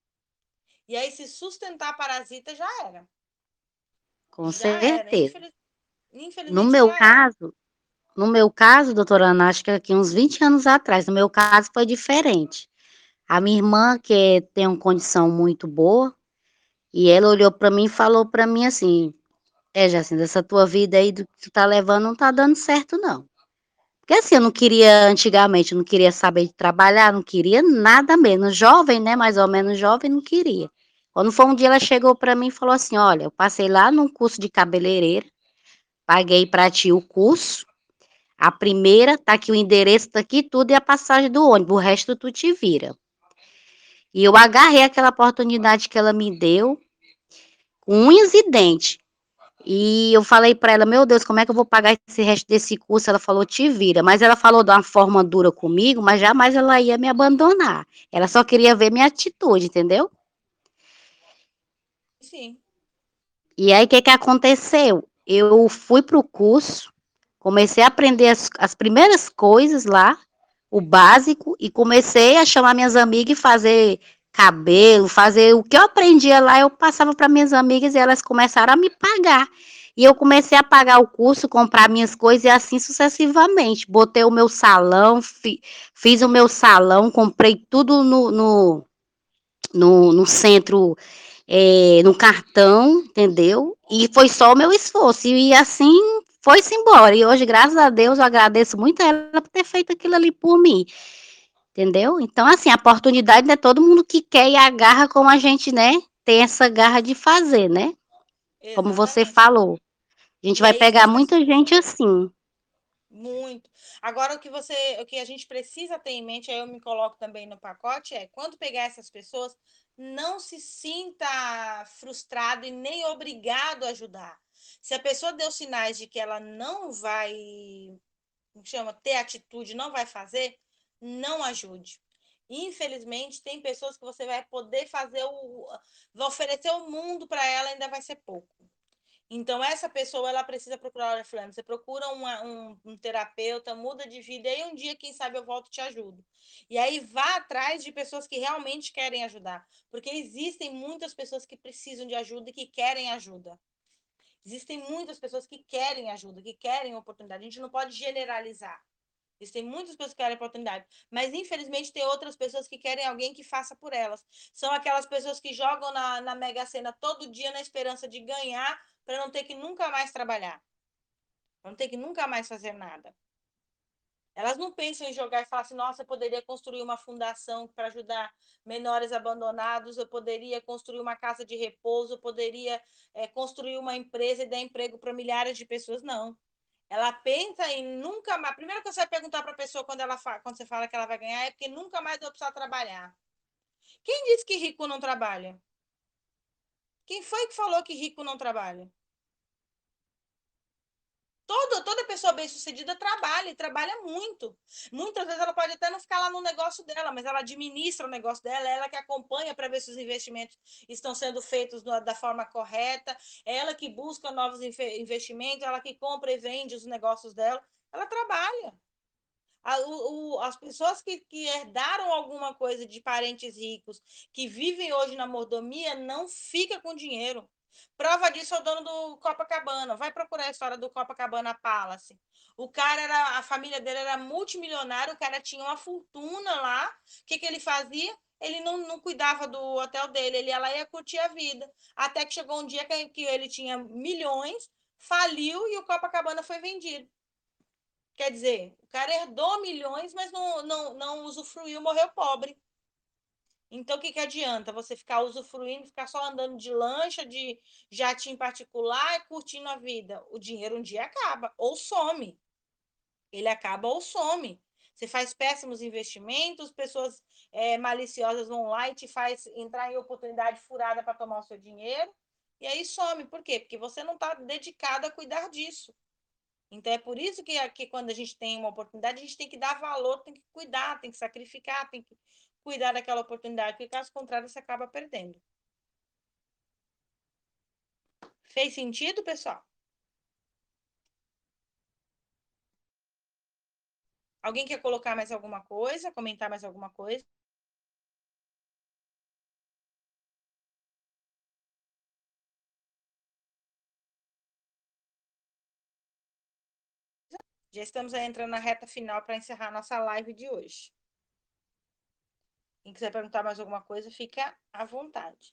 E aí, se sustentar parasita, já era. Com Já era. certeza. No Infelizmente, meu já era. caso, no meu caso, doutora Ana, acho que aqui uns 20 anos atrás, no meu caso foi diferente. A minha irmã, que tem uma condição muito boa, e ela olhou para mim e falou para mim assim: Jacinta, essa tua vida aí do que tu tá levando não tá dando certo, não. Porque assim, eu não queria, antigamente, eu não queria saber de trabalhar, não queria nada menos. Jovem, né? Mais ou menos jovem, não queria. Quando foi um dia, ela chegou para mim e falou assim: olha, eu passei lá num curso de cabeleireira, paguei para ti o curso. A primeira, tá aqui o endereço, tá aqui tudo, e a passagem do ônibus, o resto tu te vira. E eu agarrei aquela oportunidade que ela me deu, com unhas e dentes. E eu falei para ela, meu Deus, como é que eu vou pagar esse resto desse curso? Ela falou, te vira. Mas ela falou de uma forma dura comigo, mas jamais ela ia me abandonar. Ela só queria ver minha atitude, entendeu? Sim. E aí, o que que aconteceu? Eu fui para o curso, comecei a aprender as primeiras coisas lá, o básico, e comecei a chamar minhas amigas e fazer cabelo, fazer o que eu aprendia lá, eu passava para minhas amigas e elas começaram a me pagar. E eu comecei a pagar o curso, comprar minhas coisas e assim sucessivamente. Botei o meu salão, fiz o meu salão, comprei tudo no centro, no cartão, entendeu? E foi só o meu esforço. E assim foi-se embora. E hoje, graças a Deus, eu agradeço muito a ela por ter feito aquilo ali por mim. Entendeu? Então, assim, a oportunidade não é todo mundo que quer e agarra como a gente, né? Tem essa garra de fazer, né? Como você Exatamente. falou. A gente E vai é isso que pegar as muita pessoas. gente assim. Muito. Agora, o que a gente precisa ter em mente, aí eu me coloco também no pacote, é quando pegar essas pessoas, não se sinta frustrado e nem obrigado a ajudar. Se a pessoa deu sinais de que ela não vai, como chama, ter atitude, não vai fazer, não ajude. Infelizmente, tem pessoas que você vai poder vai oferecer o mundo para ela, ainda vai ser pouco. Então, essa pessoa, ela precisa procurar, olha, fulano, você procura um terapeuta, muda de vida, e aí um dia, quem sabe, eu volto e te ajudo. E aí, vá atrás de pessoas que realmente querem ajudar, porque existem muitas pessoas que precisam de ajuda e que querem ajuda. Existem muitas pessoas que querem ajuda, que querem oportunidade. A gente não pode generalizar. Existem muitas pessoas que querem oportunidade, mas infelizmente tem outras pessoas que querem alguém que faça por elas. São aquelas pessoas que jogam na Mega Sena todo dia na esperança de ganhar para não ter que nunca mais trabalhar. Vão ter que nunca mais fazer nada. Elas não pensam em jogar e falar assim, nossa, eu poderia construir uma fundação para ajudar menores abandonados, eu poderia construir uma casa de repouso, eu poderia construir uma empresa e dar emprego para milhares de pessoas. Não. Ela pensa em nunca mais. Primeiro que você vai perguntar para a pessoa quando você fala que ela vai ganhar, é porque nunca mais vai precisar trabalhar. Quem disse que rico não trabalha? Quem foi que falou que rico não trabalha? Toda pessoa bem-sucedida trabalha e trabalha muito. Muitas vezes ela pode até não ficar lá no negócio dela, mas ela administra o negócio dela, ela que acompanha para ver se os investimentos estão sendo feitos da forma correta, ela que busca novos investimentos, ela que compra e vende os negócios dela. Ela trabalha. As pessoas que herdaram alguma coisa de parentes ricos, que vivem hoje na mordomia, não fica com dinheiro. Prova disso é o dono do Copacabana. Vai procurar a história do Copacabana Palace. O cara a família dele era multimilionário, o cara tinha uma fortuna lá. O que ele fazia? Ele não cuidava do hotel dele, ele ia lá e ia curtir a vida. Até que chegou um dia que ele tinha milhões, faliu e o Copacabana foi vendido. Quer dizer, o cara herdou milhões, mas não usufruiu, morreu pobre. Então, o que adianta você ficar usufruindo, ficar só andando de lancha, de jatinho particular e curtindo a vida? O dinheiro um dia acaba, ou some. Ele acaba ou some. Você faz péssimos investimentos, pessoas maliciosas vão lá e te faz entrar em oportunidade furada para tomar o seu dinheiro, e aí some. Por quê? Porque você não está dedicado a cuidar disso. Então, é por isso que quando a gente tem uma oportunidade, a gente tem que dar valor, tem que cuidar, tem que sacrificar, tem que cuidar daquela oportunidade, porque caso contrário, você acaba perdendo. Fez sentido, pessoal? Alguém quer colocar mais alguma coisa, comentar mais alguma coisa? Já estamos aí entrando na reta final para encerrar a nossa live de hoje. Quem quiser perguntar mais alguma coisa, fica à vontade.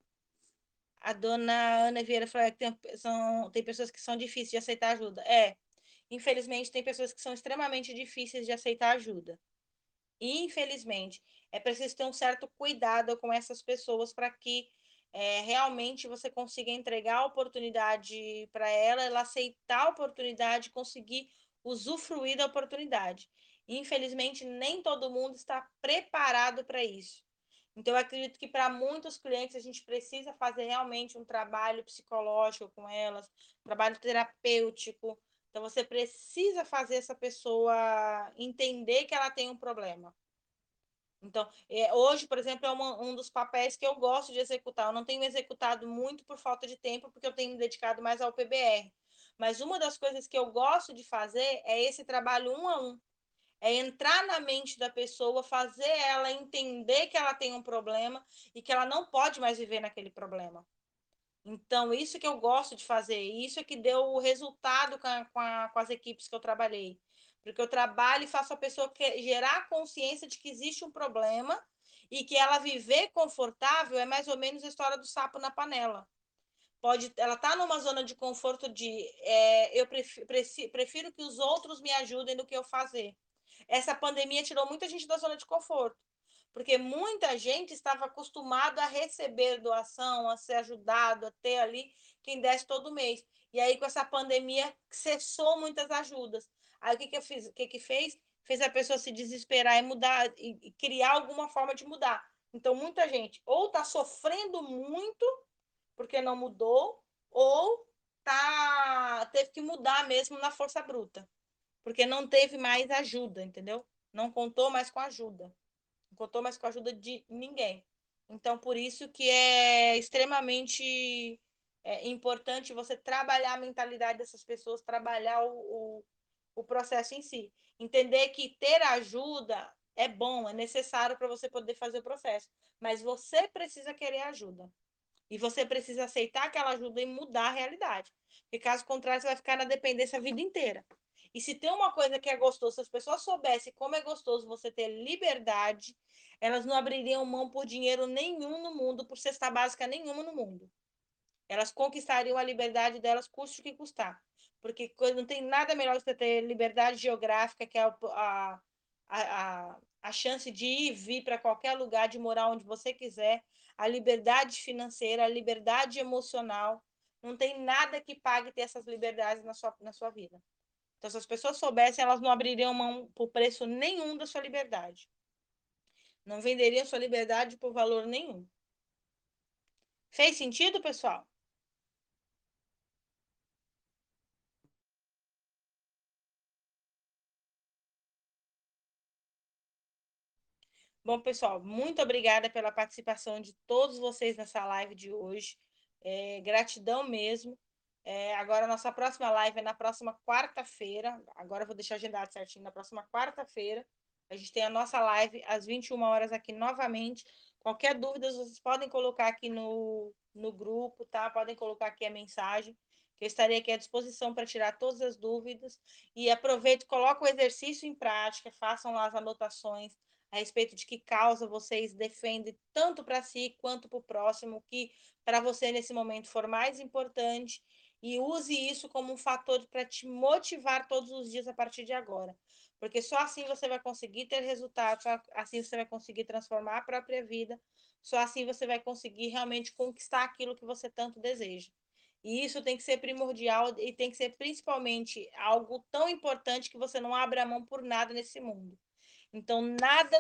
A dona Ana Vieira falou que tem pessoas que são difíceis de aceitar ajuda. Infelizmente, tem pessoas que são extremamente difíceis de aceitar ajuda. Infelizmente, é preciso ter um certo cuidado com essas pessoas para que realmente você consiga entregar a oportunidade para ela aceitar a oportunidade, conseguir usufruir da oportunidade. Infelizmente, nem todo mundo está preparado para isso. Então, eu acredito que para muitos clientes a gente precisa fazer realmente um trabalho psicológico com elas, um trabalho terapêutico. Então, você precisa fazer essa pessoa entender que ela tem um problema. Então, hoje, por exemplo, é um dos papéis que eu gosto de executar. Eu não tenho executado muito por falta de tempo, porque eu tenho me dedicado mais ao PBR. Mas uma das coisas que eu gosto de fazer é esse trabalho 1 a 1. É entrar na mente da pessoa, fazer ela entender que ela tem um problema e que ela não pode mais viver naquele problema. Então, isso que eu gosto de fazer, isso é que deu o resultado com as equipes que eu trabalhei. Porque eu trabalho e faço a pessoa gerar consciência de que existe um problema e que ela viver confortável é mais ou menos a história do sapo na panela. Ela está numa zona de conforto eu prefiro que os outros me ajudem do que eu fazer. Essa pandemia tirou muita gente da zona de conforto, porque muita gente estava acostumado a receber doação, a ser ajudado, a ter ali quem desse todo mês. E aí, com essa pandemia, cessou muitas ajudas. Aí, o que eu fiz? O que fez? Fez a pessoa se desesperar e mudar, e criar alguma forma de mudar. Então, muita gente ou está sofrendo muito porque não mudou, ou teve que mudar mesmo na força bruta, porque não teve mais ajuda, entendeu? Não contou mais com ajuda. Não contou mais com a ajuda de ninguém. Então, por isso que é extremamente importante você trabalhar a mentalidade dessas pessoas, trabalhar o processo em si. Entender que ter ajuda é bom, é necessário para você poder fazer o processo. Mas você precisa querer ajuda. E você precisa aceitar aquela ajuda e mudar a realidade. Porque caso contrário, você vai ficar na dependência a vida inteira. E se tem uma coisa que é gostoso, se as pessoas soubessem como é gostoso você ter liberdade, elas não abririam mão por dinheiro nenhum no mundo, por cesta básica nenhuma no mundo. Elas conquistariam a liberdade delas, custe o que custar. porque não tem nada melhor que você ter liberdade geográfica, que é a chance de ir e vir para qualquer lugar, de morar onde você quiser, a liberdade financeira, a liberdade emocional. Não tem nada que pague ter essas liberdades na sua vida. Então, se as pessoas soubessem, elas não abririam mão por preço nenhum da sua liberdade. Não venderiam sua liberdade por valor nenhum. Fez sentido, pessoal? Bom, pessoal, muito obrigada pela participação de todos vocês nessa live de hoje. Gratidão mesmo. Agora, a nossa próxima live é na próxima quarta-feira. Agora eu vou deixar agendado certinho. Na próxima quarta-feira, a gente tem a nossa live às 21 horas aqui novamente. Qualquer dúvida, vocês podem colocar aqui no grupo, tá? Podem colocar aqui a mensagem, que eu estarei aqui à disposição para tirar todas as dúvidas. E aproveite, coloque o exercício em prática, façam lá as anotações a respeito de que causa vocês defendem tanto para si quanto para o próximo, que para você nesse momento for mais importante, e use isso como um fator para te motivar todos os dias a partir de agora. Porque só assim você vai conseguir ter resultados, só assim você vai conseguir transformar a própria vida, só assim você vai conseguir realmente conquistar aquilo que você tanto deseja. E isso tem que ser primordial e tem que ser principalmente algo tão importante que você não abra a mão por nada nesse mundo. Então, nada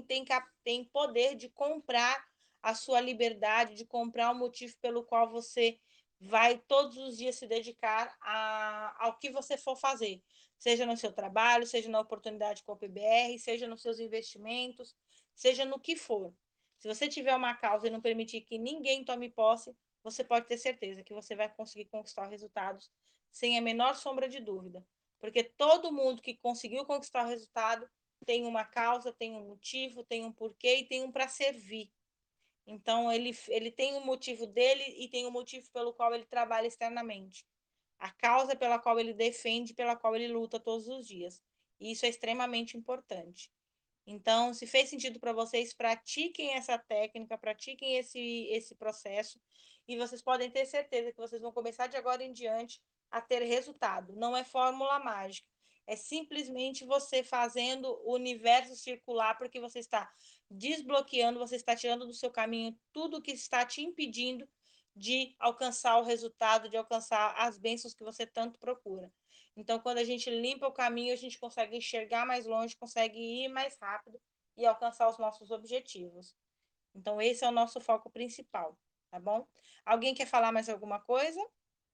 tem poder de comprar a sua liberdade, de comprar o motivo pelo qual você vai todos os dias se dedicar ao que você for fazer, seja no seu trabalho, seja na oportunidade com o PBR, seja nos seus investimentos, seja no que for. Se você tiver uma causa e não permitir que ninguém tome posse, você pode ter certeza que você vai conseguir conquistar resultados sem a menor sombra de dúvida. Porque todo mundo que conseguiu conquistar o resultado tem uma causa, tem um motivo, tem um porquê e tem um para servir. Então, ele tem um motivo dele e tem um motivo pelo qual ele trabalha externamente. A causa pela qual ele defende, pela qual ele luta todos os dias. E isso é extremamente importante. Então, se fez sentido para vocês, pratiquem essa técnica, pratiquem esse processo, e vocês podem ter certeza que vocês vão começar de agora em diante a ter resultado. Não é fórmula mágica, é simplesmente você fazendo o universo circular, porque você está desbloqueando, você está tirando do seu caminho tudo que está te impedindo de alcançar o resultado, de alcançar as bênçãos que você tanto procura. Então, quando a gente limpa o caminho, a gente consegue enxergar mais longe, consegue ir mais rápido e alcançar os nossos objetivos. Então, esse é o nosso foco principal, tá bom? Alguém quer falar mais alguma coisa?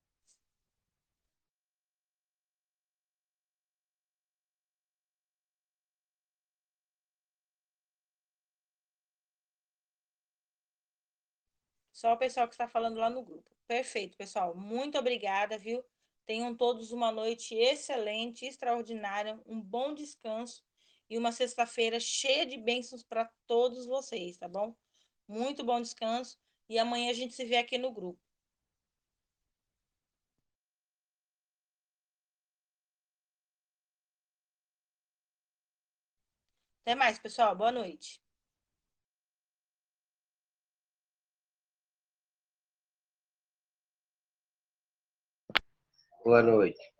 Só o pessoal que está falando lá no grupo. Perfeito, pessoal. Muito obrigada, viu? Tenham todos uma noite excelente, extraordinária, um bom descanso e uma sexta-feira cheia de bênçãos para todos vocês, tá bom? Muito bom descanso e amanhã a gente se vê aqui no grupo. Até mais, pessoal. Boa noite. Boa noite.